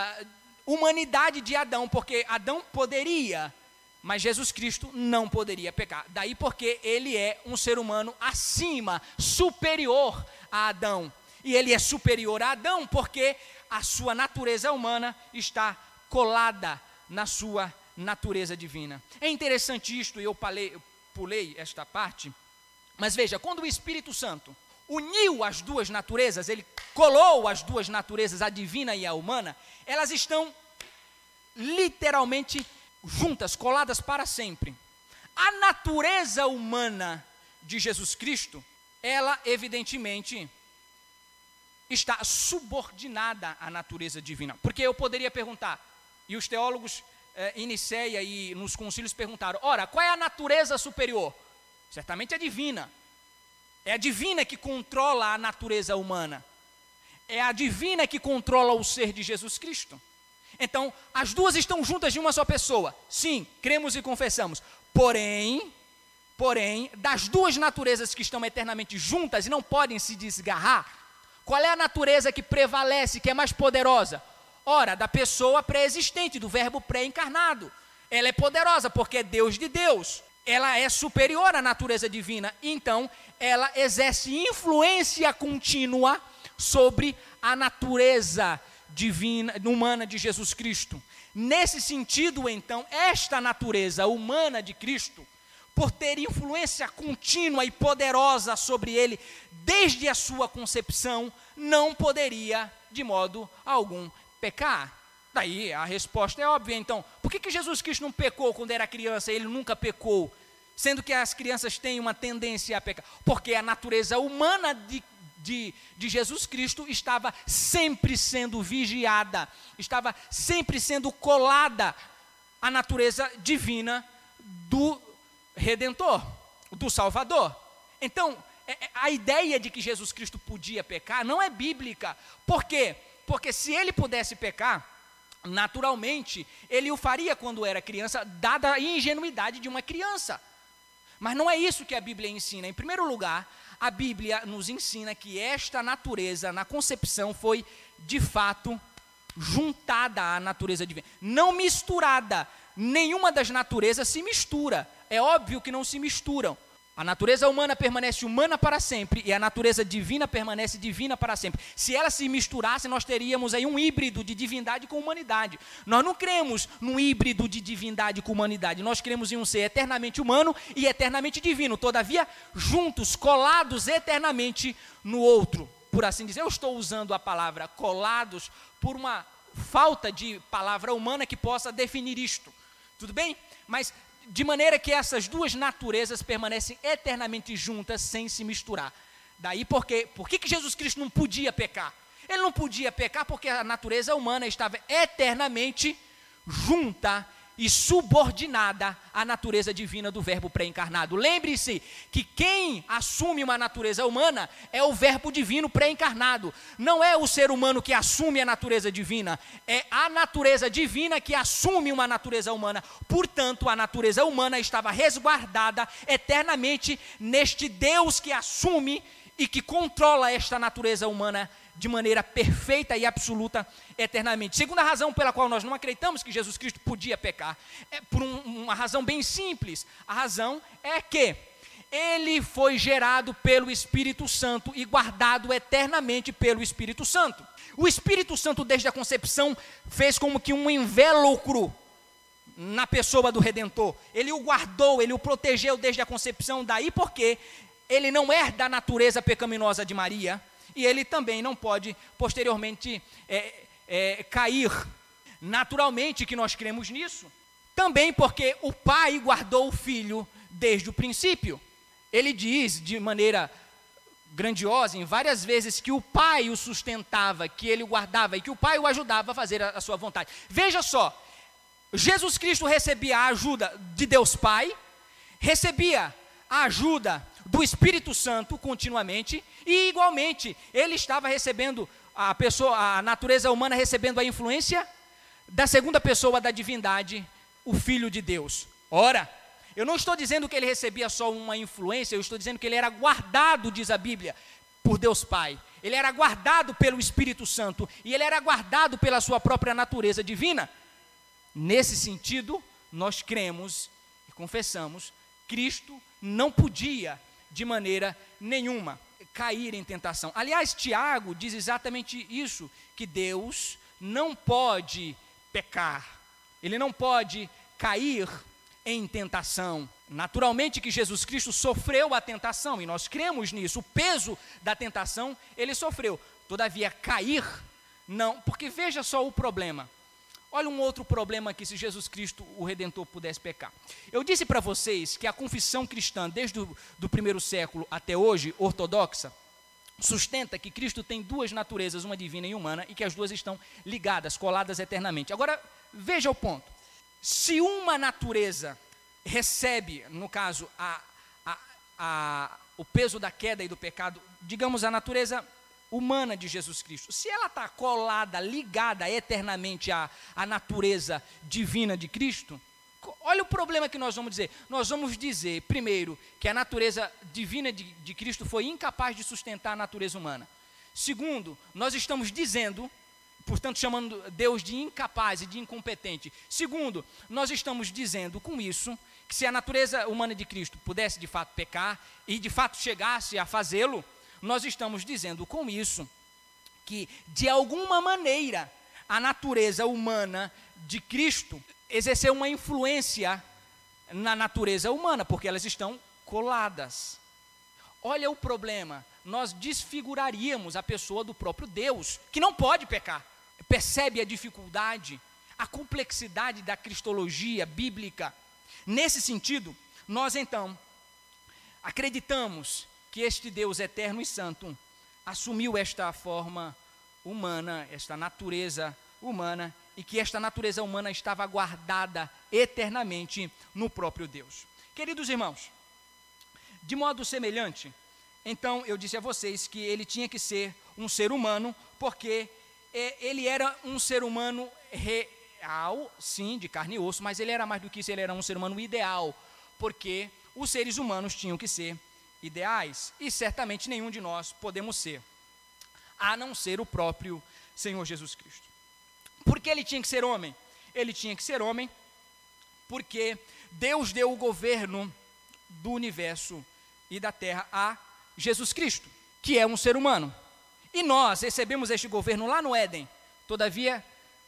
Speaker 3: humanidade de Adão, porque Adão poderia, mas Jesus Cristo não poderia pecar. Daí porque ele é um ser humano acima, superior a Adão. E ele é superior a Adão porque a sua natureza humana está colada na sua natureza divina. É interessante isto, e eu pulei esta parte, mas veja, quando o Espírito Santo uniu as duas naturezas, ele colou as duas naturezas, a divina e a humana, elas estão literalmente juntas, coladas para sempre. A natureza humana de Jesus Cristo, ela evidentemente está subordinada à natureza divina. Porque eu poderia perguntar, e os teólogos em Nicéia e nos concílios perguntaram, ora, qual é a natureza superior? Certamente é divina. É a divina que controla a natureza humana. É a divina que controla o ser de Jesus Cristo. Então, as duas estão juntas de uma só pessoa. Sim, cremos e confessamos. Porém, das duas naturezas que estão eternamente juntas e não podem se desgarrar, qual é a natureza que prevalece, que é mais poderosa? Ora, da pessoa pré-existente, do verbo pré-encarnado. Ela é poderosa porque é Deus de Deus. Ela é superior à natureza divina. Então, ela exerce influência contínua sobre a natureza divina, humana de Jesus Cristo. Nesse sentido, então, esta natureza humana de Cristo, por ter influência contínua e poderosa sobre ele, desde a sua concepção, não poderia, de modo algum, pecar. Daí a resposta é óbvia, então. Por que Jesus Cristo não pecou quando era criança? Ele nunca pecou, sendo que as crianças têm uma tendência a pecar. Porque a natureza humana de Jesus Cristo estava sempre sendo vigiada, estava sempre sendo colada à natureza divina do Redentor, do Salvador. Então, a ideia de que Jesus Cristo podia pecar não é bíblica. Por quê? Porque se ele pudesse pecar, naturalmente, ele o faria quando era criança, dada a ingenuidade de uma criança. Mas não é isso que a Bíblia ensina. Em primeiro lugar, a Bíblia nos ensina que esta natureza, na concepção, foi, de fato, juntada à natureza divina. Não misturada. Nenhuma das naturezas se mistura. É óbvio que não se misturam. A natureza humana permanece humana para sempre e a natureza divina permanece divina para sempre. Se elas se misturassem, nós teríamos aí um híbrido de divindade com humanidade. Nós não cremos num híbrido de divindade com humanidade. Nós cremos em um ser eternamente humano e eternamente divino. Todavia, juntos, colados eternamente no outro. Por assim dizer, eu estou usando a palavra colados por uma falta de palavra humana que possa definir isto. Tudo bem? Mas de maneira que essas duas naturezas permanecem eternamente juntas, sem se misturar. Daí por que Jesus Cristo não podia pecar? Ele não podia pecar porque a natureza humana estava eternamente junta e subordinada à natureza divina do Verbo pré-encarnado. Lembre-se que quem assume uma natureza humana é o Verbo divino pré-encarnado. Não é o ser humano que assume a natureza divina, é a natureza divina que assume uma natureza humana. Portanto, a natureza humana estava resguardada eternamente neste Deus que assume e que controla esta natureza humana de maneira perfeita e absoluta eternamente. Segunda razão pela qual nós não acreditamos que Jesus Cristo podia pecar é por uma razão bem simples. A razão é que ele foi gerado pelo Espírito Santo e guardado eternamente pelo Espírito Santo. O Espírito Santo, desde a concepção, fez como que um invólucro na pessoa do Redentor. Ele o guardou, ele o protegeu desde a concepção. Daí porque ele não é da natureza pecaminosa de Maria, e ele também não pode, posteriormente, cair. Naturalmente que nós cremos nisso. Também porque o Pai guardou o Filho desde o princípio. Ele diz, de maneira grandiosa, em várias vezes, que o Pai o sustentava, que ele o guardava e que o Pai o ajudava a fazer a sua vontade. Veja só, Jesus Cristo recebia a ajuda de Deus Pai, recebia a ajuda do Espírito Santo continuamente, e igualmente ele estava recebendo a natureza humana recebendo a influência da segunda pessoa da divindade, o Filho de Deus. Ora, eu não estou dizendo que ele recebia só uma influência, eu estou dizendo que ele era guardado, diz a Bíblia, por Deus Pai. Ele era guardado pelo Espírito Santo e ele era guardado pela sua própria natureza divina. Nesse sentido, nós cremos e confessamos, Cristo não podia de maneira nenhuma cair em tentação. Aliás, Tiago diz exatamente isso, que Deus não pode pecar, ele não pode cair em tentação. Naturalmente que Jesus Cristo sofreu a tentação, e nós cremos nisso, o peso da tentação ele sofreu. Todavia, cair, não, porque veja só o problema. Olha um outro problema aqui, se Jesus Cristo, o Redentor, pudesse pecar. Eu disse para vocês que a confissão cristã, desde o primeiro século até hoje, ortodoxa, sustenta que Cristo tem duas naturezas, uma divina e humana, e que as duas estão ligadas, coladas eternamente. Agora, veja o ponto. Se uma natureza recebe, no caso, o peso da queda e do pecado, digamos a natureza humana de Jesus Cristo, se ela está colada, ligada eternamente à natureza divina de Cristo, olha o problema que nós vamos dizer. Nós vamos dizer, primeiro, que a natureza divina de Cristo foi incapaz de sustentar a natureza humana. Segundo, nós estamos dizendo, portanto chamando Deus de incapaz e de incompetente. Segundo, nós estamos dizendo com isso, que se a natureza humana de Cristo pudesse de fato pecar, e de fato chegasse a fazê-lo, nós estamos dizendo com isso que, de alguma maneira, a natureza humana de Cristo exerceu uma influência na natureza humana, porque elas estão coladas. Olha o problema, nós desfiguraríamos a pessoa do próprio Deus, que não pode pecar. percebe a dificuldade, a complexidade da cristologia bíblica. Nesse sentido, nós então acreditamos que este Deus eterno e santo assumiu esta forma humana, esta natureza humana, e que esta natureza humana estava guardada eternamente no próprio Deus. Queridos irmãos, de modo semelhante, então eu disse a vocês que ele tinha que ser um ser humano, porque ele era um ser humano real, sim, de carne e osso, mas ele era mais do que isso, ele era um ser humano ideal, porque os seres humanos tinham que ser ideais, e certamente nenhum de nós podemos ser, a não ser o próprio Senhor Jesus Cristo. Por que ele tinha que ser homem? Ele tinha que ser homem porque Deus deu o governo do universo e da terra a Jesus Cristo, que é um ser humano. E nós recebemos este governo lá no Éden, todavia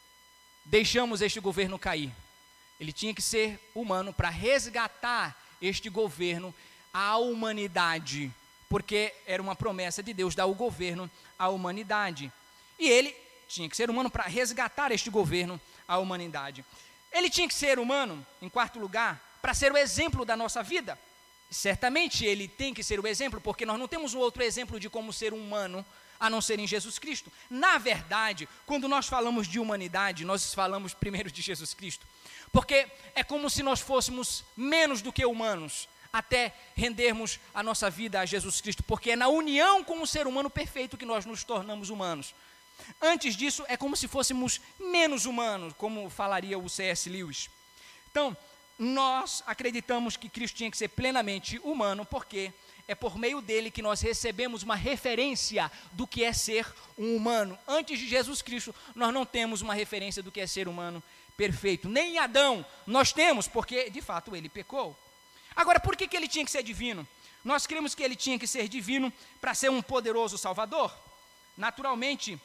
Speaker 3: deixamos este governo cair. Ele tinha que ser humano para resgatar este governo à humanidade, porque era uma promessa de Deus dar o governo à humanidade. E ele tinha que ser humano para resgatar este governo à humanidade. Ele tinha que ser humano, em quarto lugar, para ser o exemplo da nossa vida. Certamente ele tem que ser o exemplo, porque nós não temos um outro exemplo de como ser humano, a não ser em Jesus Cristo. Na verdade, quando nós falamos de humanidade, nós falamos primeiro de Jesus Cristo, porque é como se nós fôssemos menos do que humanos, até rendermos a nossa vida a Jesus Cristo, porque é na união com o ser humano perfeito que nós nos tornamos humanos. Antes disso, é como se fôssemos menos humanos, como falaria o C.S. Lewis. Então, nós acreditamos que Cristo tinha que ser plenamente humano, porque é por meio dele que nós recebemos uma referência do que é ser um humano. Antes de Jesus Cristo, nós não temos uma referência do que é ser humano perfeito. Nem em Adão nós temos, porque de fato ele pecou. Agora, por que ele tinha que ser divino? Nós cremos que ele tinha que ser divino para ser um poderoso Salvador. Naturalmente,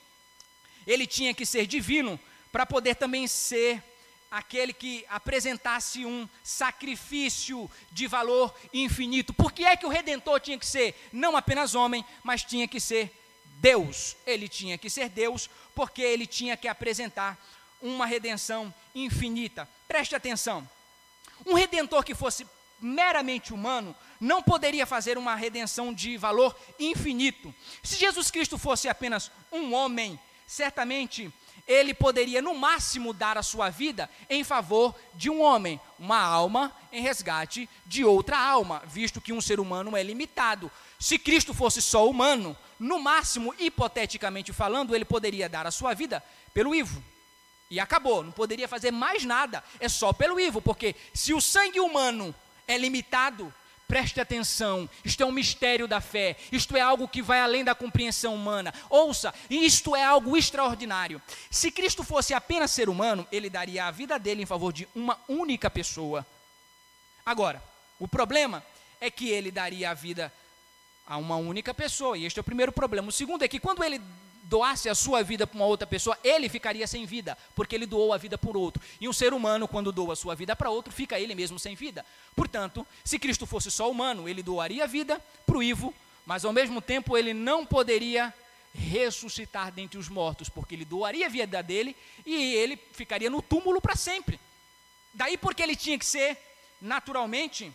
Speaker 3: ele tinha que ser divino para poder também ser aquele que apresentasse um sacrifício de valor infinito. Por que é que o Redentor tinha que ser não apenas homem, mas tinha que ser Deus? Ele tinha que ser Deus porque ele tinha que apresentar uma redenção infinita. Preste atenção, um Redentor que fosse meramente humano não poderia fazer uma redenção de valor infinito. Se Jesus Cristo fosse apenas um homem, certamente ele poderia no máximo dar a sua vida em favor de um homem, uma alma em resgate de outra alma, visto que um ser humano é limitado. Se Cristo fosse só humano, no máximo, hipoteticamente falando, ele poderia dar a sua vida pelo Ivo. E acabou, não poderia fazer mais nada, é só pelo Ivo, porque se o sangue humano é limitado, preste atenção, isto é um mistério da fé, isto é algo que vai além da compreensão humana. Ouça, isto é algo extraordinário. Se Cristo fosse apenas ser humano, ele daria a vida dele em favor de uma única pessoa. Agora, o problema é que ele daria a vida a uma única pessoa, e este é o primeiro problema. O segundo é que quando ele doasse a sua vida para uma outra pessoa, ele ficaria sem vida, porque ele doou a vida por outro. E um ser humano, quando doa a sua vida para outro, fica ele mesmo sem vida. Portanto, se Cristo fosse só humano, ele doaria a vida para o Ivo, mas ao mesmo tempo ele não poderia ressuscitar dentre os mortos, porque ele doaria a vida dele e ele ficaria no túmulo para sempre. Daí porque ele tinha que ser naturalmente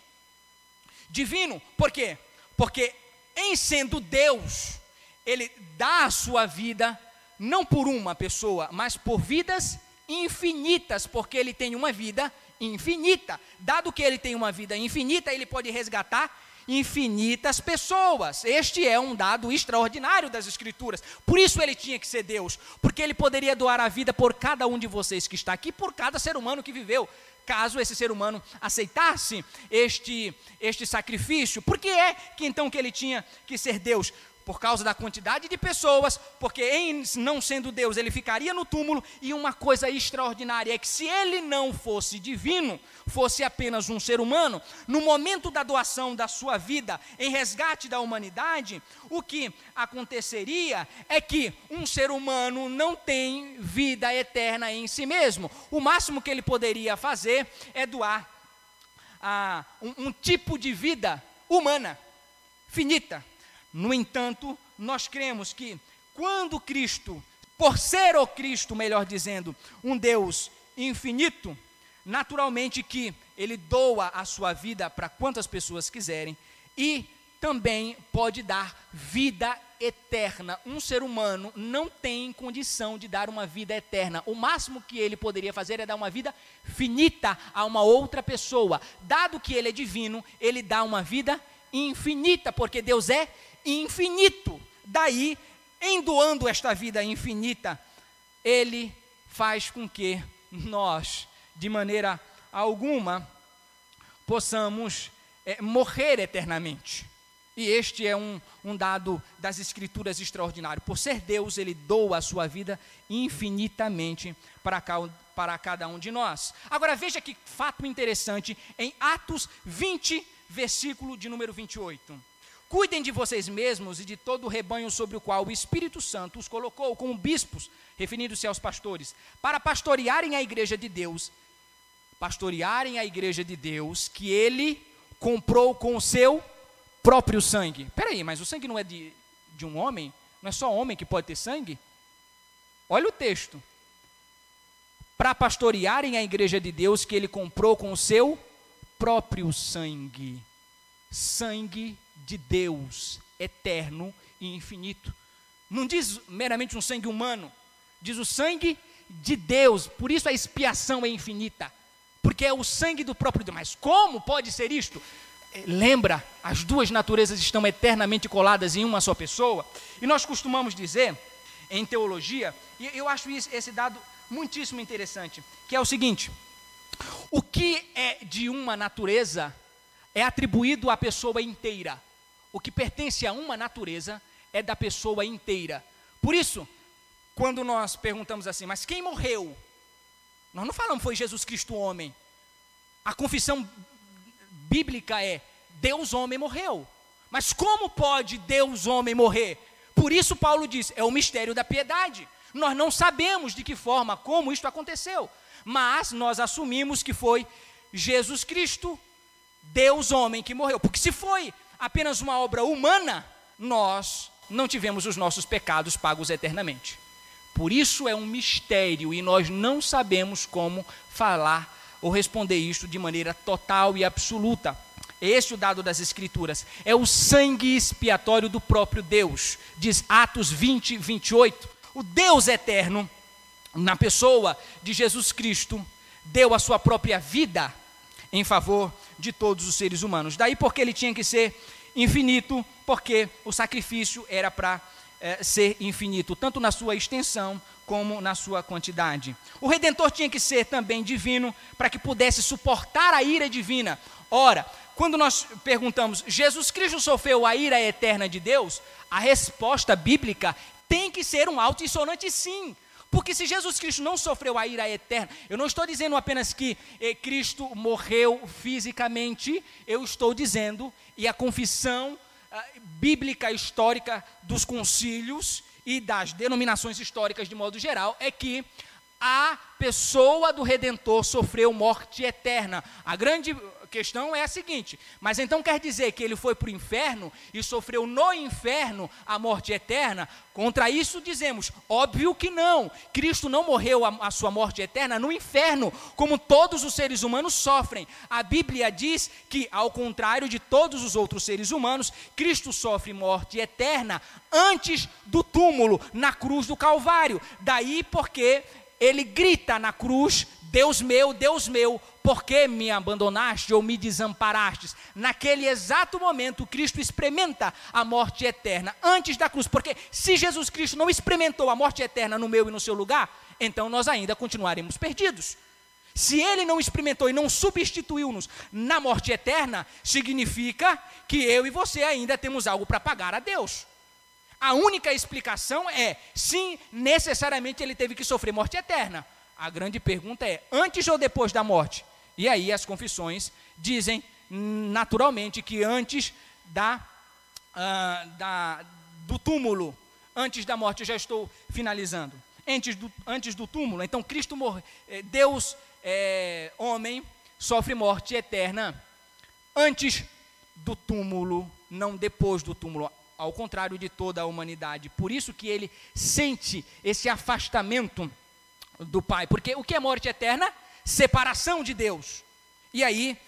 Speaker 3: divino. Por quê? Porque em sendo Deus, ele dá a sua vida, não por uma pessoa, mas por vidas infinitas, porque ele tem uma vida infinita. Dado que ele tem uma vida infinita, ele pode resgatar infinitas pessoas. Este é um dado extraordinário das Escrituras. Por isso ele tinha que ser Deus, porque ele poderia doar a vida por cada um de vocês que está aqui, por cada ser humano que viveu, caso esse ser humano aceitasse este sacrifício. Por que é que então que ele tinha que ser Deus? Por causa da quantidade de pessoas, porque em não sendo Deus, ele ficaria no túmulo. E uma coisa extraordinária é que se ele não fosse divino, fosse apenas um ser humano, no momento da doação da sua vida em resgate da humanidade, o que aconteceria é que um ser humano não tem vida eterna em si mesmo. O máximo que ele poderia fazer é doar um tipo de vida humana, finita. No entanto, nós cremos que quando Cristo Por ser o Cristo, melhor dizendo, um Deus infinito, naturalmente que ele doa a sua vida para quantas pessoas quiserem e também pode dar vida eterna. Um ser humano não tem condição de dar uma vida eterna. O máximo que ele poderia fazer é dar uma vida finita a uma outra pessoa. Dado que ele é divino, ele dá uma vida infinita, porque Deus é infinito. Daí, em doando esta vida infinita, ele faz com que nós, de maneira alguma, possamos morrer eternamente. E este é um dado das Escrituras extraordinário. Por ser Deus, ele doa a sua vida infinitamente para cada um de nós. Agora veja que fato interessante em Atos 20, versículo de número 28. Cuidem de vocês mesmos e de todo o rebanho sobre o qual o Espírito Santo os colocou como bispos, referindo-se aos pastores, para pastorearem a igreja de Deus. Pastorearem a igreja de Deus que ele comprou com o seu próprio sangue. Espera aí, mas o sangue não é de um homem? Não é só homem que pode ter sangue? Olha o texto. Para pastorearem a igreja de Deus que ele comprou com o seu próprio sangue. Sangue de Deus, eterno e infinito. Não diz meramente um sangue humano, diz o sangue de Deus. Por isso a expiação é infinita, porque é o sangue do próprio Deus. Mas como pode ser isto? Lembra, as duas naturezas estão eternamente coladas em uma só pessoa. E nós costumamos dizer, em teologia, e eu acho esse dado muitíssimo interessante, que é o seguinte: o que é de uma natureza é atribuído à pessoa inteira. O que pertence a uma natureza é da pessoa inteira. Por isso, quando nós perguntamos assim, mas quem morreu? Nós não falamos foi Jesus Cristo homem. A confissão bíblica é Deus homem morreu. Mas como pode Deus homem morrer? Por isso Paulo diz, é o mistério da piedade. Nós não sabemos de que forma, como isto aconteceu, mas nós assumimos que foi Jesus Cristo, Deus homem, que morreu. Porque se foi apenas uma obra humana, nós não tivemos os nossos pecados pagos eternamente. Por isso é um mistério e nós não sabemos como falar ou responder isto de maneira total e absoluta. Este é o dado das Escrituras. É o sangue expiatório do próprio Deus. Diz Atos 20, 28. O Deus eterno, na pessoa de Jesus Cristo, deu a sua própria vida em favor de todos os seres humanos. Daí porque ele tinha que ser infinito, porque o sacrifício era para ser infinito, tanto na sua extensão como na sua quantidade. O Redentor tinha que ser também divino, para que pudesse suportar a ira divina. Ora, quando nós perguntamos, Jesus Cristo sofreu a ira eterna de Deus? A resposta bíblica tem que ser um alto e sonante sim. Porque se Jesus Cristo não sofreu a ira eterna, eu não estou dizendo apenas que Cristo morreu fisicamente, eu estou dizendo, e a confissão bíblica histórica dos concílios e das denominações históricas de modo geral, é que a pessoa do Redentor sofreu morte eterna. A grande questão é a seguinte, mas então quer dizer que ele foi para o inferno e sofreu no inferno a morte eterna? Contra isso dizemos, óbvio que não. Cristo não morreu a sua morte eterna no inferno, como todos os seres humanos sofrem. A Bíblia diz que, ao contrário de todos os outros seres humanos, Cristo sofre morte eterna antes do túmulo, na cruz do Calvário. Daí porque ele grita na cruz, Deus meu, por que me abandonaste ou me desamparastes? Naquele exato momento, Cristo experimenta a morte eterna, antes da cruz, porque se Jesus Cristo não experimentou a morte eterna no meu e no seu lugar, então nós ainda continuaremos perdidos. Se ele não experimentou e não substituiu-nos na morte eterna, significa que eu e você ainda temos algo para pagar a Deus. A única explicação é, sim, necessariamente ele teve que sofrer morte eterna. A grande pergunta é, antes ou depois da morte? E aí as confissões dizem, naturalmente, que antes do túmulo, antes da morte, eu já estou finalizando, antes do túmulo. Então Cristo morre, Deus homem, sofre morte eterna antes do túmulo, não depois do túmulo. ao contrário de toda a humanidade. Por isso que ele sente esse afastamento do Pai. Porque o que é morte eterna? Separação de Deus. E aí,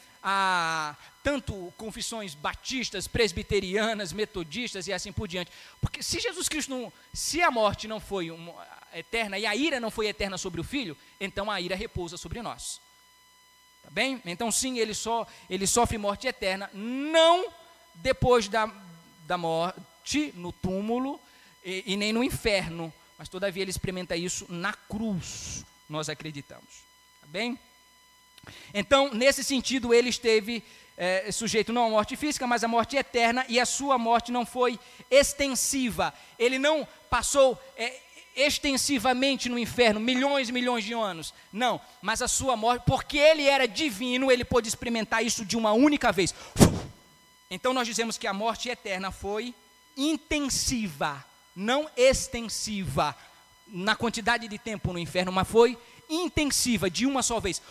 Speaker 3: tanto confissões batistas, presbiterianas, metodistas e assim por diante. Porque se Jesus Cristo se a morte não foi eterna e a ira não foi eterna sobre o Filho, então a ira repousa sobre nós. Tá bem? Então sim, ele sofre morte eterna, não depois da morte no túmulo e nem no inferno, mas todavia ele experimenta isso na cruz, nós acreditamos. Tá bem? Então, nesse sentido, ele esteve sujeito não à morte física, mas à morte eterna, e a sua morte não foi extensiva. Ele não passou extensivamente no inferno, milhões e milhões de anos. Não, mas a sua morte, porque ele era divino, ele pôde experimentar isso de uma única vez. Então, nós dizemos que a morte eterna foi intensiva, não extensiva, na quantidade de tempo no inferno, mas foi intensiva, de uma só vez.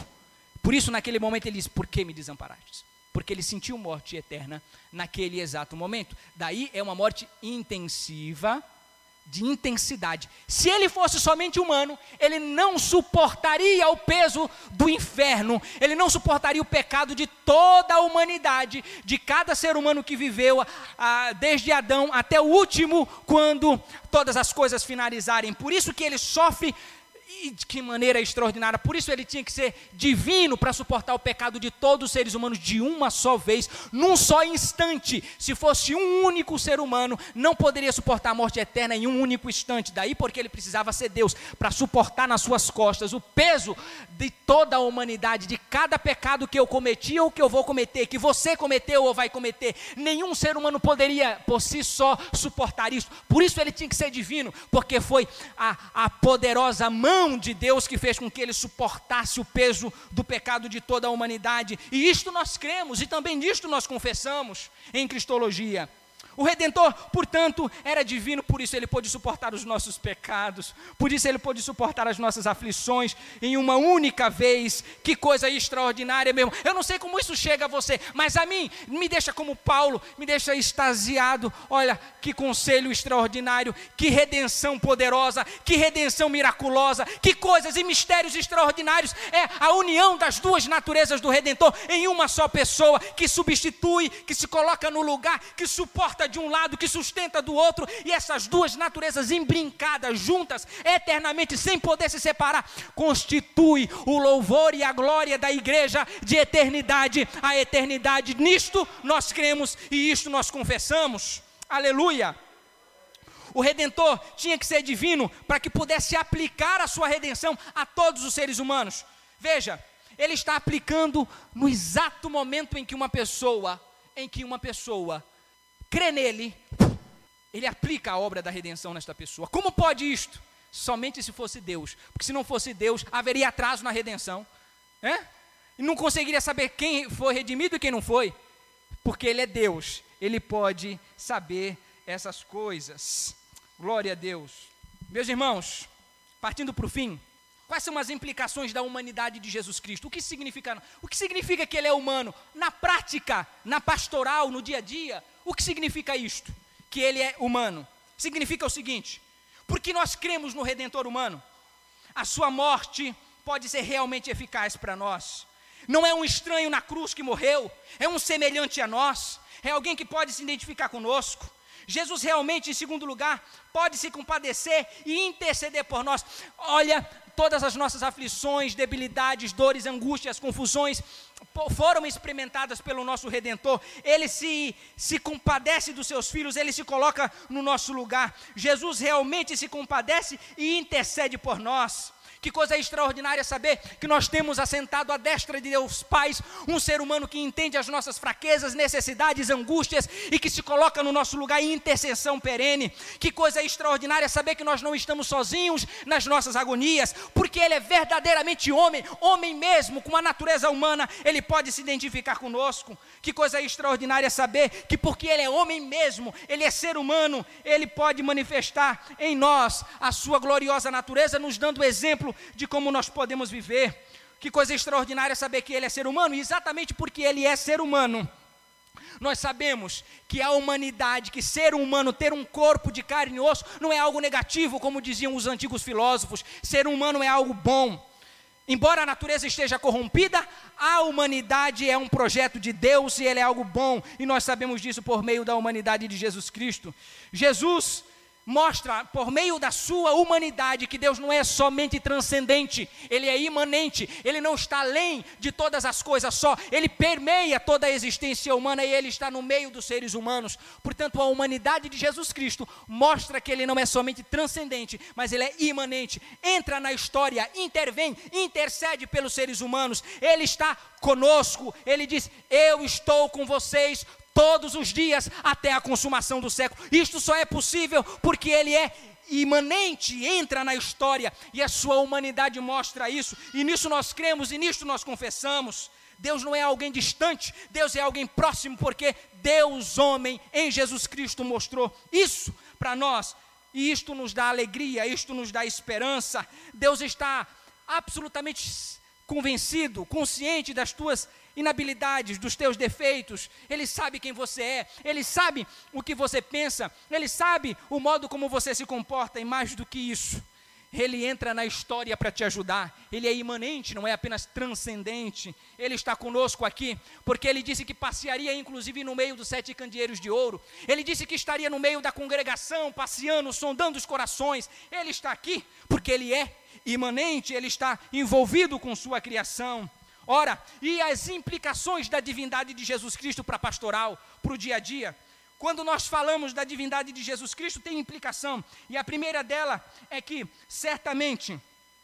Speaker 3: Por isso, naquele momento, ele diz: por que me desamparastes? Porque ele sentiu morte eterna naquele exato momento. Daí é uma morte intensiva, de intensidade. Se ele fosse somente humano, ele não suportaria o peso do inferno, ele não suportaria o pecado de toda a humanidade, de cada ser humano que viveu, desde Adão até o último, quando todas as coisas finalizarem. Por isso que ele sofre, e de que maneira extraordinária. Por isso ele tinha que ser divino para suportar o pecado de todos os seres humanos de uma só vez, num só instante. Se fosse um único ser humano, não poderia suportar a morte eterna em um único instante. Daí porque ele precisava ser Deus, para suportar nas suas costas o peso de toda a humanidade, de cada pecado que eu cometi ou que eu vou cometer, que você cometeu ou vai cometer. Nenhum ser humano poderia por si só suportar isso. Por isso ele tinha que ser divino, porque foi a poderosa mão de Deus que fez com que ele suportasse o peso do pecado de toda a humanidade. E isto nós cremos, e também nisto nós confessamos em cristologia. O Redentor, portanto, era divino, por isso ele pôde suportar os nossos pecados, por isso ele pôde suportar as nossas aflições em uma única vez. Que coisa extraordinária, meu irmão. Eu não sei como isso chega a você, mas a mim me deixa como Paulo, me deixa extasiado. Olha, que conselho extraordinário, que redenção poderosa, que redenção miraculosa, que coisas e mistérios extraordinários. É a união das duas naturezas do Redentor em uma só pessoa, que substitui, que se coloca no lugar, que suporta de um lado, que sustenta do outro, e essas duas naturezas embrincadas, juntas, eternamente, sem poder se separar, constitui o louvor e a glória da igreja de eternidade a eternidade. Nisto nós cremos e isto nós confessamos. Aleluia! O Redentor tinha que ser divino para que pudesse aplicar a sua redenção a todos os seres humanos. Veja, ele está aplicando no exato momento em que uma pessoa crê nele, ele aplica a obra da redenção nesta pessoa. Como pode isto? Somente se fosse Deus, porque se não fosse Deus, haveria atraso na redenção, e não conseguiria saber quem foi redimido e quem não foi, porque ele é Deus, ele pode saber essas coisas. Glória a Deus. Meus irmãos, partindo para o fim, quais são as implicações da humanidade de Jesus Cristo? O que significa que ele é humano? Na prática, na pastoral, no dia a dia, o que significa isto? Que ele é humano. Significa o seguinte: porque nós cremos no Redentor humano, a sua morte pode ser realmente eficaz para nós. Não é um estranho na cruz que morreu, é um semelhante a nós, é alguém que pode se identificar conosco. Jesus realmente, em segundo lugar, pode se compadecer e interceder por nós. Olha, todas as nossas aflições, debilidades, dores, angústias, confusões foram experimentadas pelo nosso Redentor. Ele se compadece dos seus filhos, ele se coloca no nosso lugar. Jesus realmente se compadece e intercede por nós. Que coisa extraordinária saber que nós temos assentado à destra de Deus Pai um ser humano que entende as nossas fraquezas, necessidades, angústias e que se coloca no nosso lugar em intercessão perene. Que coisa extraordinária saber que nós não estamos sozinhos nas nossas agonias, porque Ele é verdadeiramente homem, homem mesmo, com uma natureza humana, Ele pode se identificar conosco. Que coisa extraordinária saber que porque Ele é homem mesmo, Ele é ser humano, Ele pode manifestar em nós a sua gloriosa natureza, nos dando exemplo de como nós podemos viver. Que coisa extraordinária saber que ele é ser humano, e exatamente porque ele é ser humano, Nós sabemos que a humanidade, que ser humano, ter um corpo de carne e osso, não é algo negativo, como diziam os antigos filósofos. Ser humano é algo bom. Embora a natureza esteja corrompida, a humanidade é um projeto de Deus e ele é algo bom. E nós sabemos disso por meio da humanidade de Jesus Cristo. Jesus mostra, por meio da sua humanidade, que Deus não é somente transcendente, Ele é imanente, Ele não está além de todas as coisas só, Ele permeia toda a existência humana e Ele está no meio dos seres humanos. Portanto, a humanidade de Jesus Cristo mostra que Ele não é somente transcendente, mas Ele é imanente, entra na história, intervém, intercede pelos seres humanos, Ele está conosco, Ele diz: eu estou com vocês todos os dias até a consumação do século. Isto só é possível porque Ele é imanente, entra na história e a sua humanidade mostra isso, e nisso nós cremos e nisto nós confessamos. Deus não é alguém distante, Deus é alguém próximo, porque Deus homem em Jesus Cristo mostrou isso para nós, e isto nos dá alegria, isto nos dá esperança. Deus está absolutamente convencido, consciente das tuas inabilidades, dos teus defeitos. Ele sabe quem você é, Ele sabe o que você pensa, Ele sabe o modo como você se comporta, e mais do que isso, Ele entra na história para te ajudar. Ele é imanente, não é apenas transcendente. Ele está conosco aqui, porque Ele disse que passearia inclusive no meio dos 7 candeeiros de ouro. Ele disse que estaria no meio da congregação, passeando, sondando os corações. Ele está aqui porque Ele é imanente, Ele está envolvido com sua criação. Ora, e as implicações da divindade de Jesus Cristo para a pastoral, para o dia a dia? Quando nós falamos da divindade de Jesus Cristo, tem implicação, e a primeira dela é que, certamente,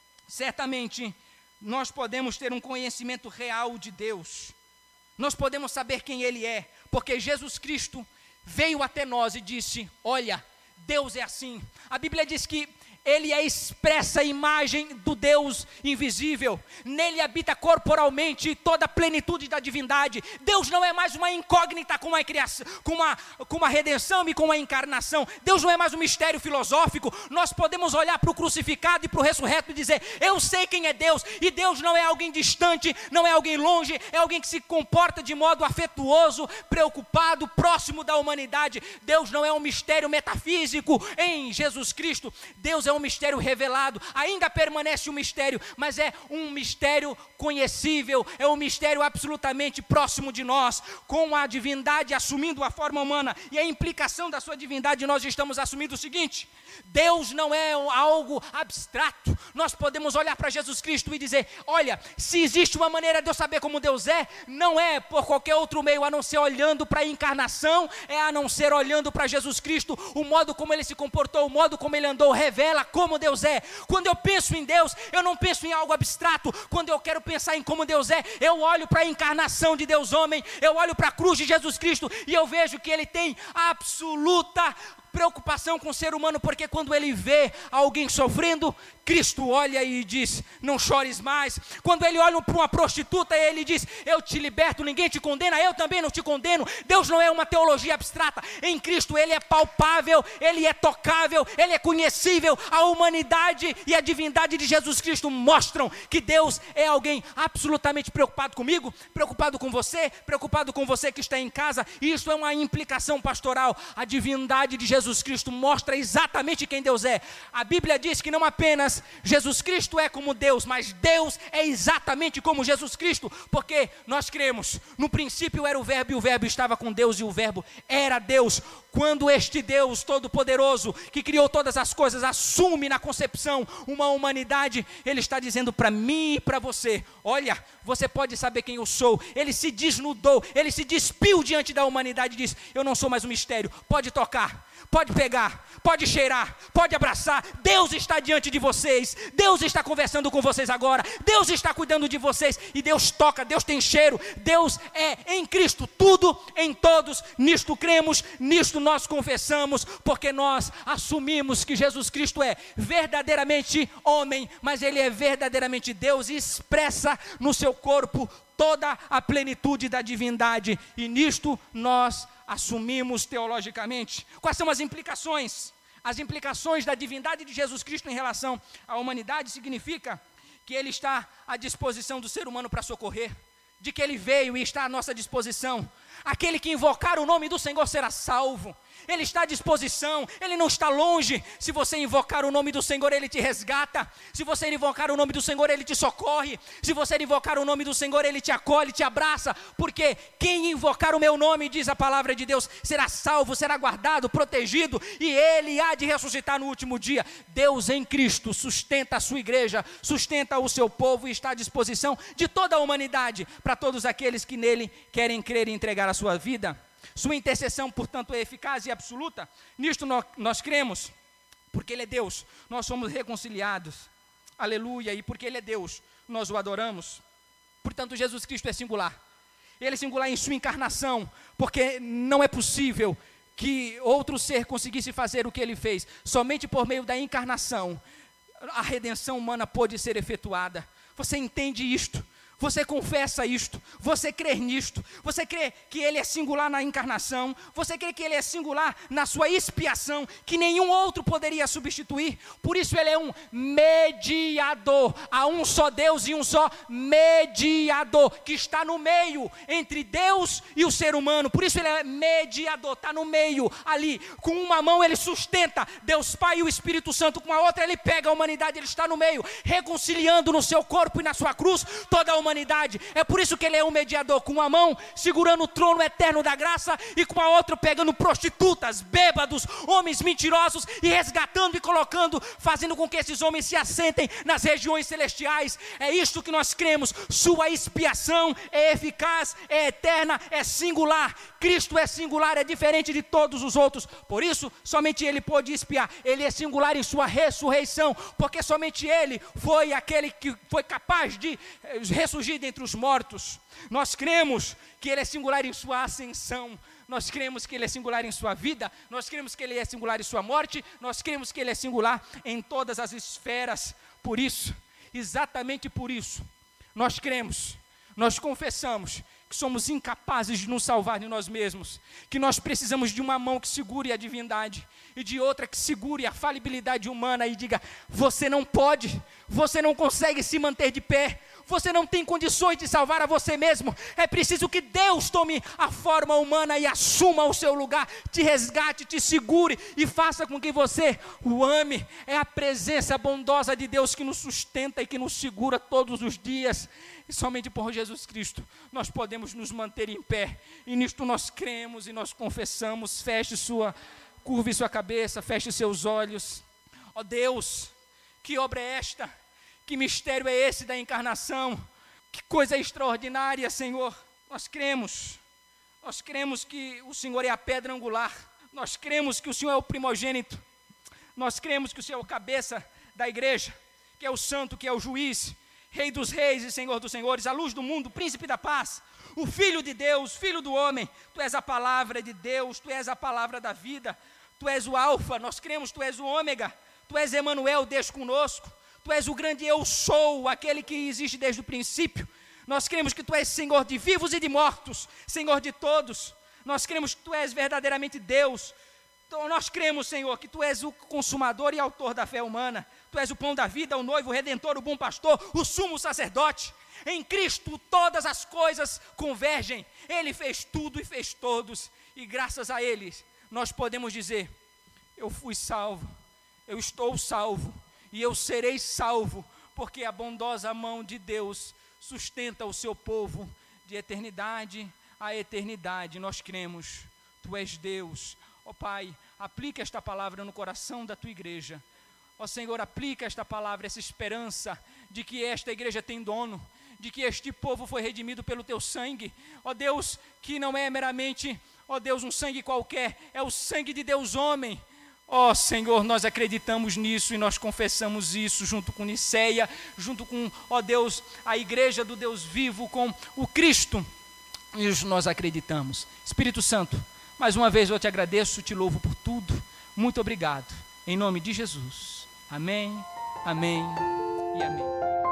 Speaker 3: nós podemos ter um conhecimento real de Deus, nós podemos saber quem Ele é, porque Jesus Cristo veio até nós e disse: olha, Deus é assim. A Bíblia diz que Ele é a expressa imagem do Deus invisível, nele habita corporalmente toda a plenitude da divindade. Deus não é mais uma incógnita com uma criação, com uma redenção e com uma encarnação. Deus não é mais um mistério filosófico. Nós podemos olhar para o crucificado e para o ressurreto e dizer: eu sei quem é Deus, e Deus não é alguém distante, não é alguém longe, é alguém que se comporta de modo afetuoso, preocupado, próximo da humanidade. Deus não é um mistério metafísico em Jesus Cristo. Deus é um mistério revelado, ainda permanece um mistério, mas é um mistério conhecível, é um mistério absolutamente próximo de nós, com a divindade assumindo a forma humana, e a implicação da sua divindade, nós estamos assumindo o seguinte: Deus não é algo abstrato. Nós podemos olhar para Jesus Cristo e dizer: olha, se existe uma maneira de eu saber como Deus é, não é por qualquer outro meio, a não ser olhando para a encarnação, é a não ser olhando para Jesus Cristo. O modo como Ele se comportou, o modo como Ele andou, revela como Deus é. Quando eu penso em Deus, eu não penso em algo abstrato. Quando eu quero pensar em como Deus é, eu olho para a encarnação de Deus homem, eu olho para a cruz de Jesus Cristo, e eu vejo que Ele tem absoluta preocupação com o ser humano, porque quando Ele vê alguém sofrendo, Cristo olha e diz: não chores mais. Quando Ele olha para uma prostituta, Ele diz: eu te liberto, ninguém te condena, eu também não te condeno. Deus não é uma teologia abstrata. Em Cristo Ele é palpável, Ele é tocável, Ele é conhecível. A humanidade e a divindade de Jesus Cristo mostram que Deus é alguém absolutamente preocupado comigo, preocupado com você que está em casa. E isso é uma implicação pastoral. A divindade de Jesus Cristo mostra exatamente quem Deus é. A Bíblia diz que não apenas Jesus Cristo é como Deus, mas Deus é exatamente como Jesus Cristo, porque nós cremos: no princípio era o Verbo, e o Verbo estava com Deus, e o Verbo era Deus. Quando este Deus Todo-Poderoso, que criou todas as coisas, assume na concepção uma humanidade, Ele está dizendo para mim e para você: olha, você pode saber quem eu sou. Ele se desnudou, Ele se despiu diante da humanidade e diz: eu não sou mais um mistério, pode tocar, pode pegar, pode cheirar, pode abraçar. Deus está diante de vocês, Deus está conversando com vocês agora, Deus está cuidando de vocês, e Deus toca, Deus tem cheiro. Deus é em Cristo tudo em todos. Nisto cremos, nisto nós confessamos, porque nós assumimos que Jesus Cristo é verdadeiramente homem, mas Ele é verdadeiramente Deus, e expressa no seu corpo toda a plenitude da divindade, e nisto nós assumimos teologicamente. Quais são as implicações? As implicações da divindade de Jesus Cristo em relação à humanidade significa que Ele está à disposição do ser humano para socorrer. de que Ele veio e está à nossa disposição. Aquele que invocar o nome do Senhor será salvo. Ele está à disposição, Ele não está longe. Se você invocar o nome do Senhor, Ele te resgata. Se você invocar o nome do Senhor, Ele te socorre. Se você invocar o nome do Senhor, Ele te acolhe, te abraça. Porque quem invocar o meu nome, diz a palavra de Deus, será salvo, será guardado, protegido, e Ele há de ressuscitar no último dia. Deus em Cristo sustenta a sua igreja, sustenta o seu povo e está à disposição de toda a humanidade, para todos aqueles que nele querem crer e entregar a sua vida. Sua intercessão, portanto, é eficaz e absoluta. Nisto nós cremos, porque Ele é Deus, nós somos reconciliados. Aleluia, e porque Ele é Deus, nós o adoramos. Portanto, Jesus Cristo é singular. Ele é singular em sua encarnação, porque não é possível que outro ser conseguisse fazer o que Ele fez. Somente por meio da encarnação, a redenção humana pôde ser efetuada. Você entende isto? Você confessa isto, você crê nisto, você crê que Ele é singular na encarnação, você crê que Ele é singular na sua expiação, que nenhum outro poderia substituir. Por isso Ele é um mediador. Há um só Deus e um só mediador, que está no meio entre Deus e o ser humano. Por isso Ele é mediador, está no meio ali. Com uma mão Ele sustenta Deus Pai e o Espírito Santo, com a outra Ele pega a humanidade. Ele está no meio, reconciliando no seu corpo e na sua cruz toda a humanidade. É por isso que Ele é um mediador, com uma mão segurando o trono eterno da graça e com a outra pegando prostitutas, bêbados, homens mentirosos e resgatando e colocando, fazendo com que esses homens se assentem nas regiões celestiais. É isto que nós cremos. Sua expiação é eficaz, é eterna, é singular. Cristo é singular, é diferente de todos os outros. Por isso, somente Ele pôde expiar. Ele é singular em sua ressurreição, porque somente Ele foi aquele que foi capaz de ressurgir dentre os mortos. Nós cremos que Ele é singular em sua ascensão. Nós cremos que Ele é singular em sua vida. Nós cremos que Ele é singular em sua morte. Nós cremos que Ele é singular em todas as esferas. Por isso, exatamente por isso, nós cremos, nós confessamos que somos incapazes de nos salvar de nós mesmos, que nós precisamos de uma mão que segure a divindade e de outra que segure a falibilidade humana e diga: você não pode, você não consegue se manter de pé, você não tem condições de salvar a você mesmo. É preciso que Deus tome a forma humana e assuma o seu lugar, te resgate, te segure e faça com que você o ame. É a presença bondosa de Deus que nos sustenta e que nos segura todos os dias. E somente por Jesus Cristo nós podemos nos manter em pé. E nisto nós cremos e nós confessamos. Curve sua cabeça, feche seus olhos. Ó Deus, que obra é esta? Que mistério é esse da encarnação? Que coisa extraordinária, Senhor. Nós cremos que o Senhor é a pedra angular. Nós cremos que o Senhor é o primogênito. Nós cremos que o Senhor é o cabeça da igreja, que é o santo, que é o juiz, Rei dos reis e Senhor dos senhores, a luz do mundo, príncipe da paz, o Filho de Deus, Filho do homem. Tu és a palavra de Deus, Tu és a palavra da vida, Tu és o alfa, nós cremos, Tu és o ômega, Tu és Emanuel, Deus conosco, Tu és o grande eu sou, aquele que existe desde o princípio. Nós cremos que Tu és Senhor de vivos e de mortos, Senhor de todos. Nós cremos que Tu és verdadeiramente Deus. Então, nós cremos, Senhor, que Tu és o consumador e autor da fé humana. Tu és o pão da vida, o noivo, o redentor, o bom pastor, o sumo sacerdote. Em Cristo todas as coisas convergem. Ele fez tudo e fez todos. E graças a Ele nós podemos dizer: eu fui salvo, eu estou salvo e eu serei salvo, porque a bondosa mão de Deus sustenta o seu povo de eternidade a eternidade. Nós cremos, Tu és Deus. Ó Pai, aplica esta palavra no coração da Tua igreja. Ó Senhor, aplica esta palavra, essa esperança de que esta igreja tem dono, de que este povo foi redimido pelo Teu sangue. Ó Deus, que não é meramente, ó Deus, um sangue qualquer, é o sangue de Deus homem. Ó Senhor, nós acreditamos nisso e nós confessamos isso junto com Niceia, junto com, ó Deus, a igreja do Deus vivo, com o Cristo. E nós acreditamos. Espírito Santo, mais uma vez eu te agradeço, te louvo por tudo. Muito obrigado. Em nome de Jesus. Amém, amém e amém.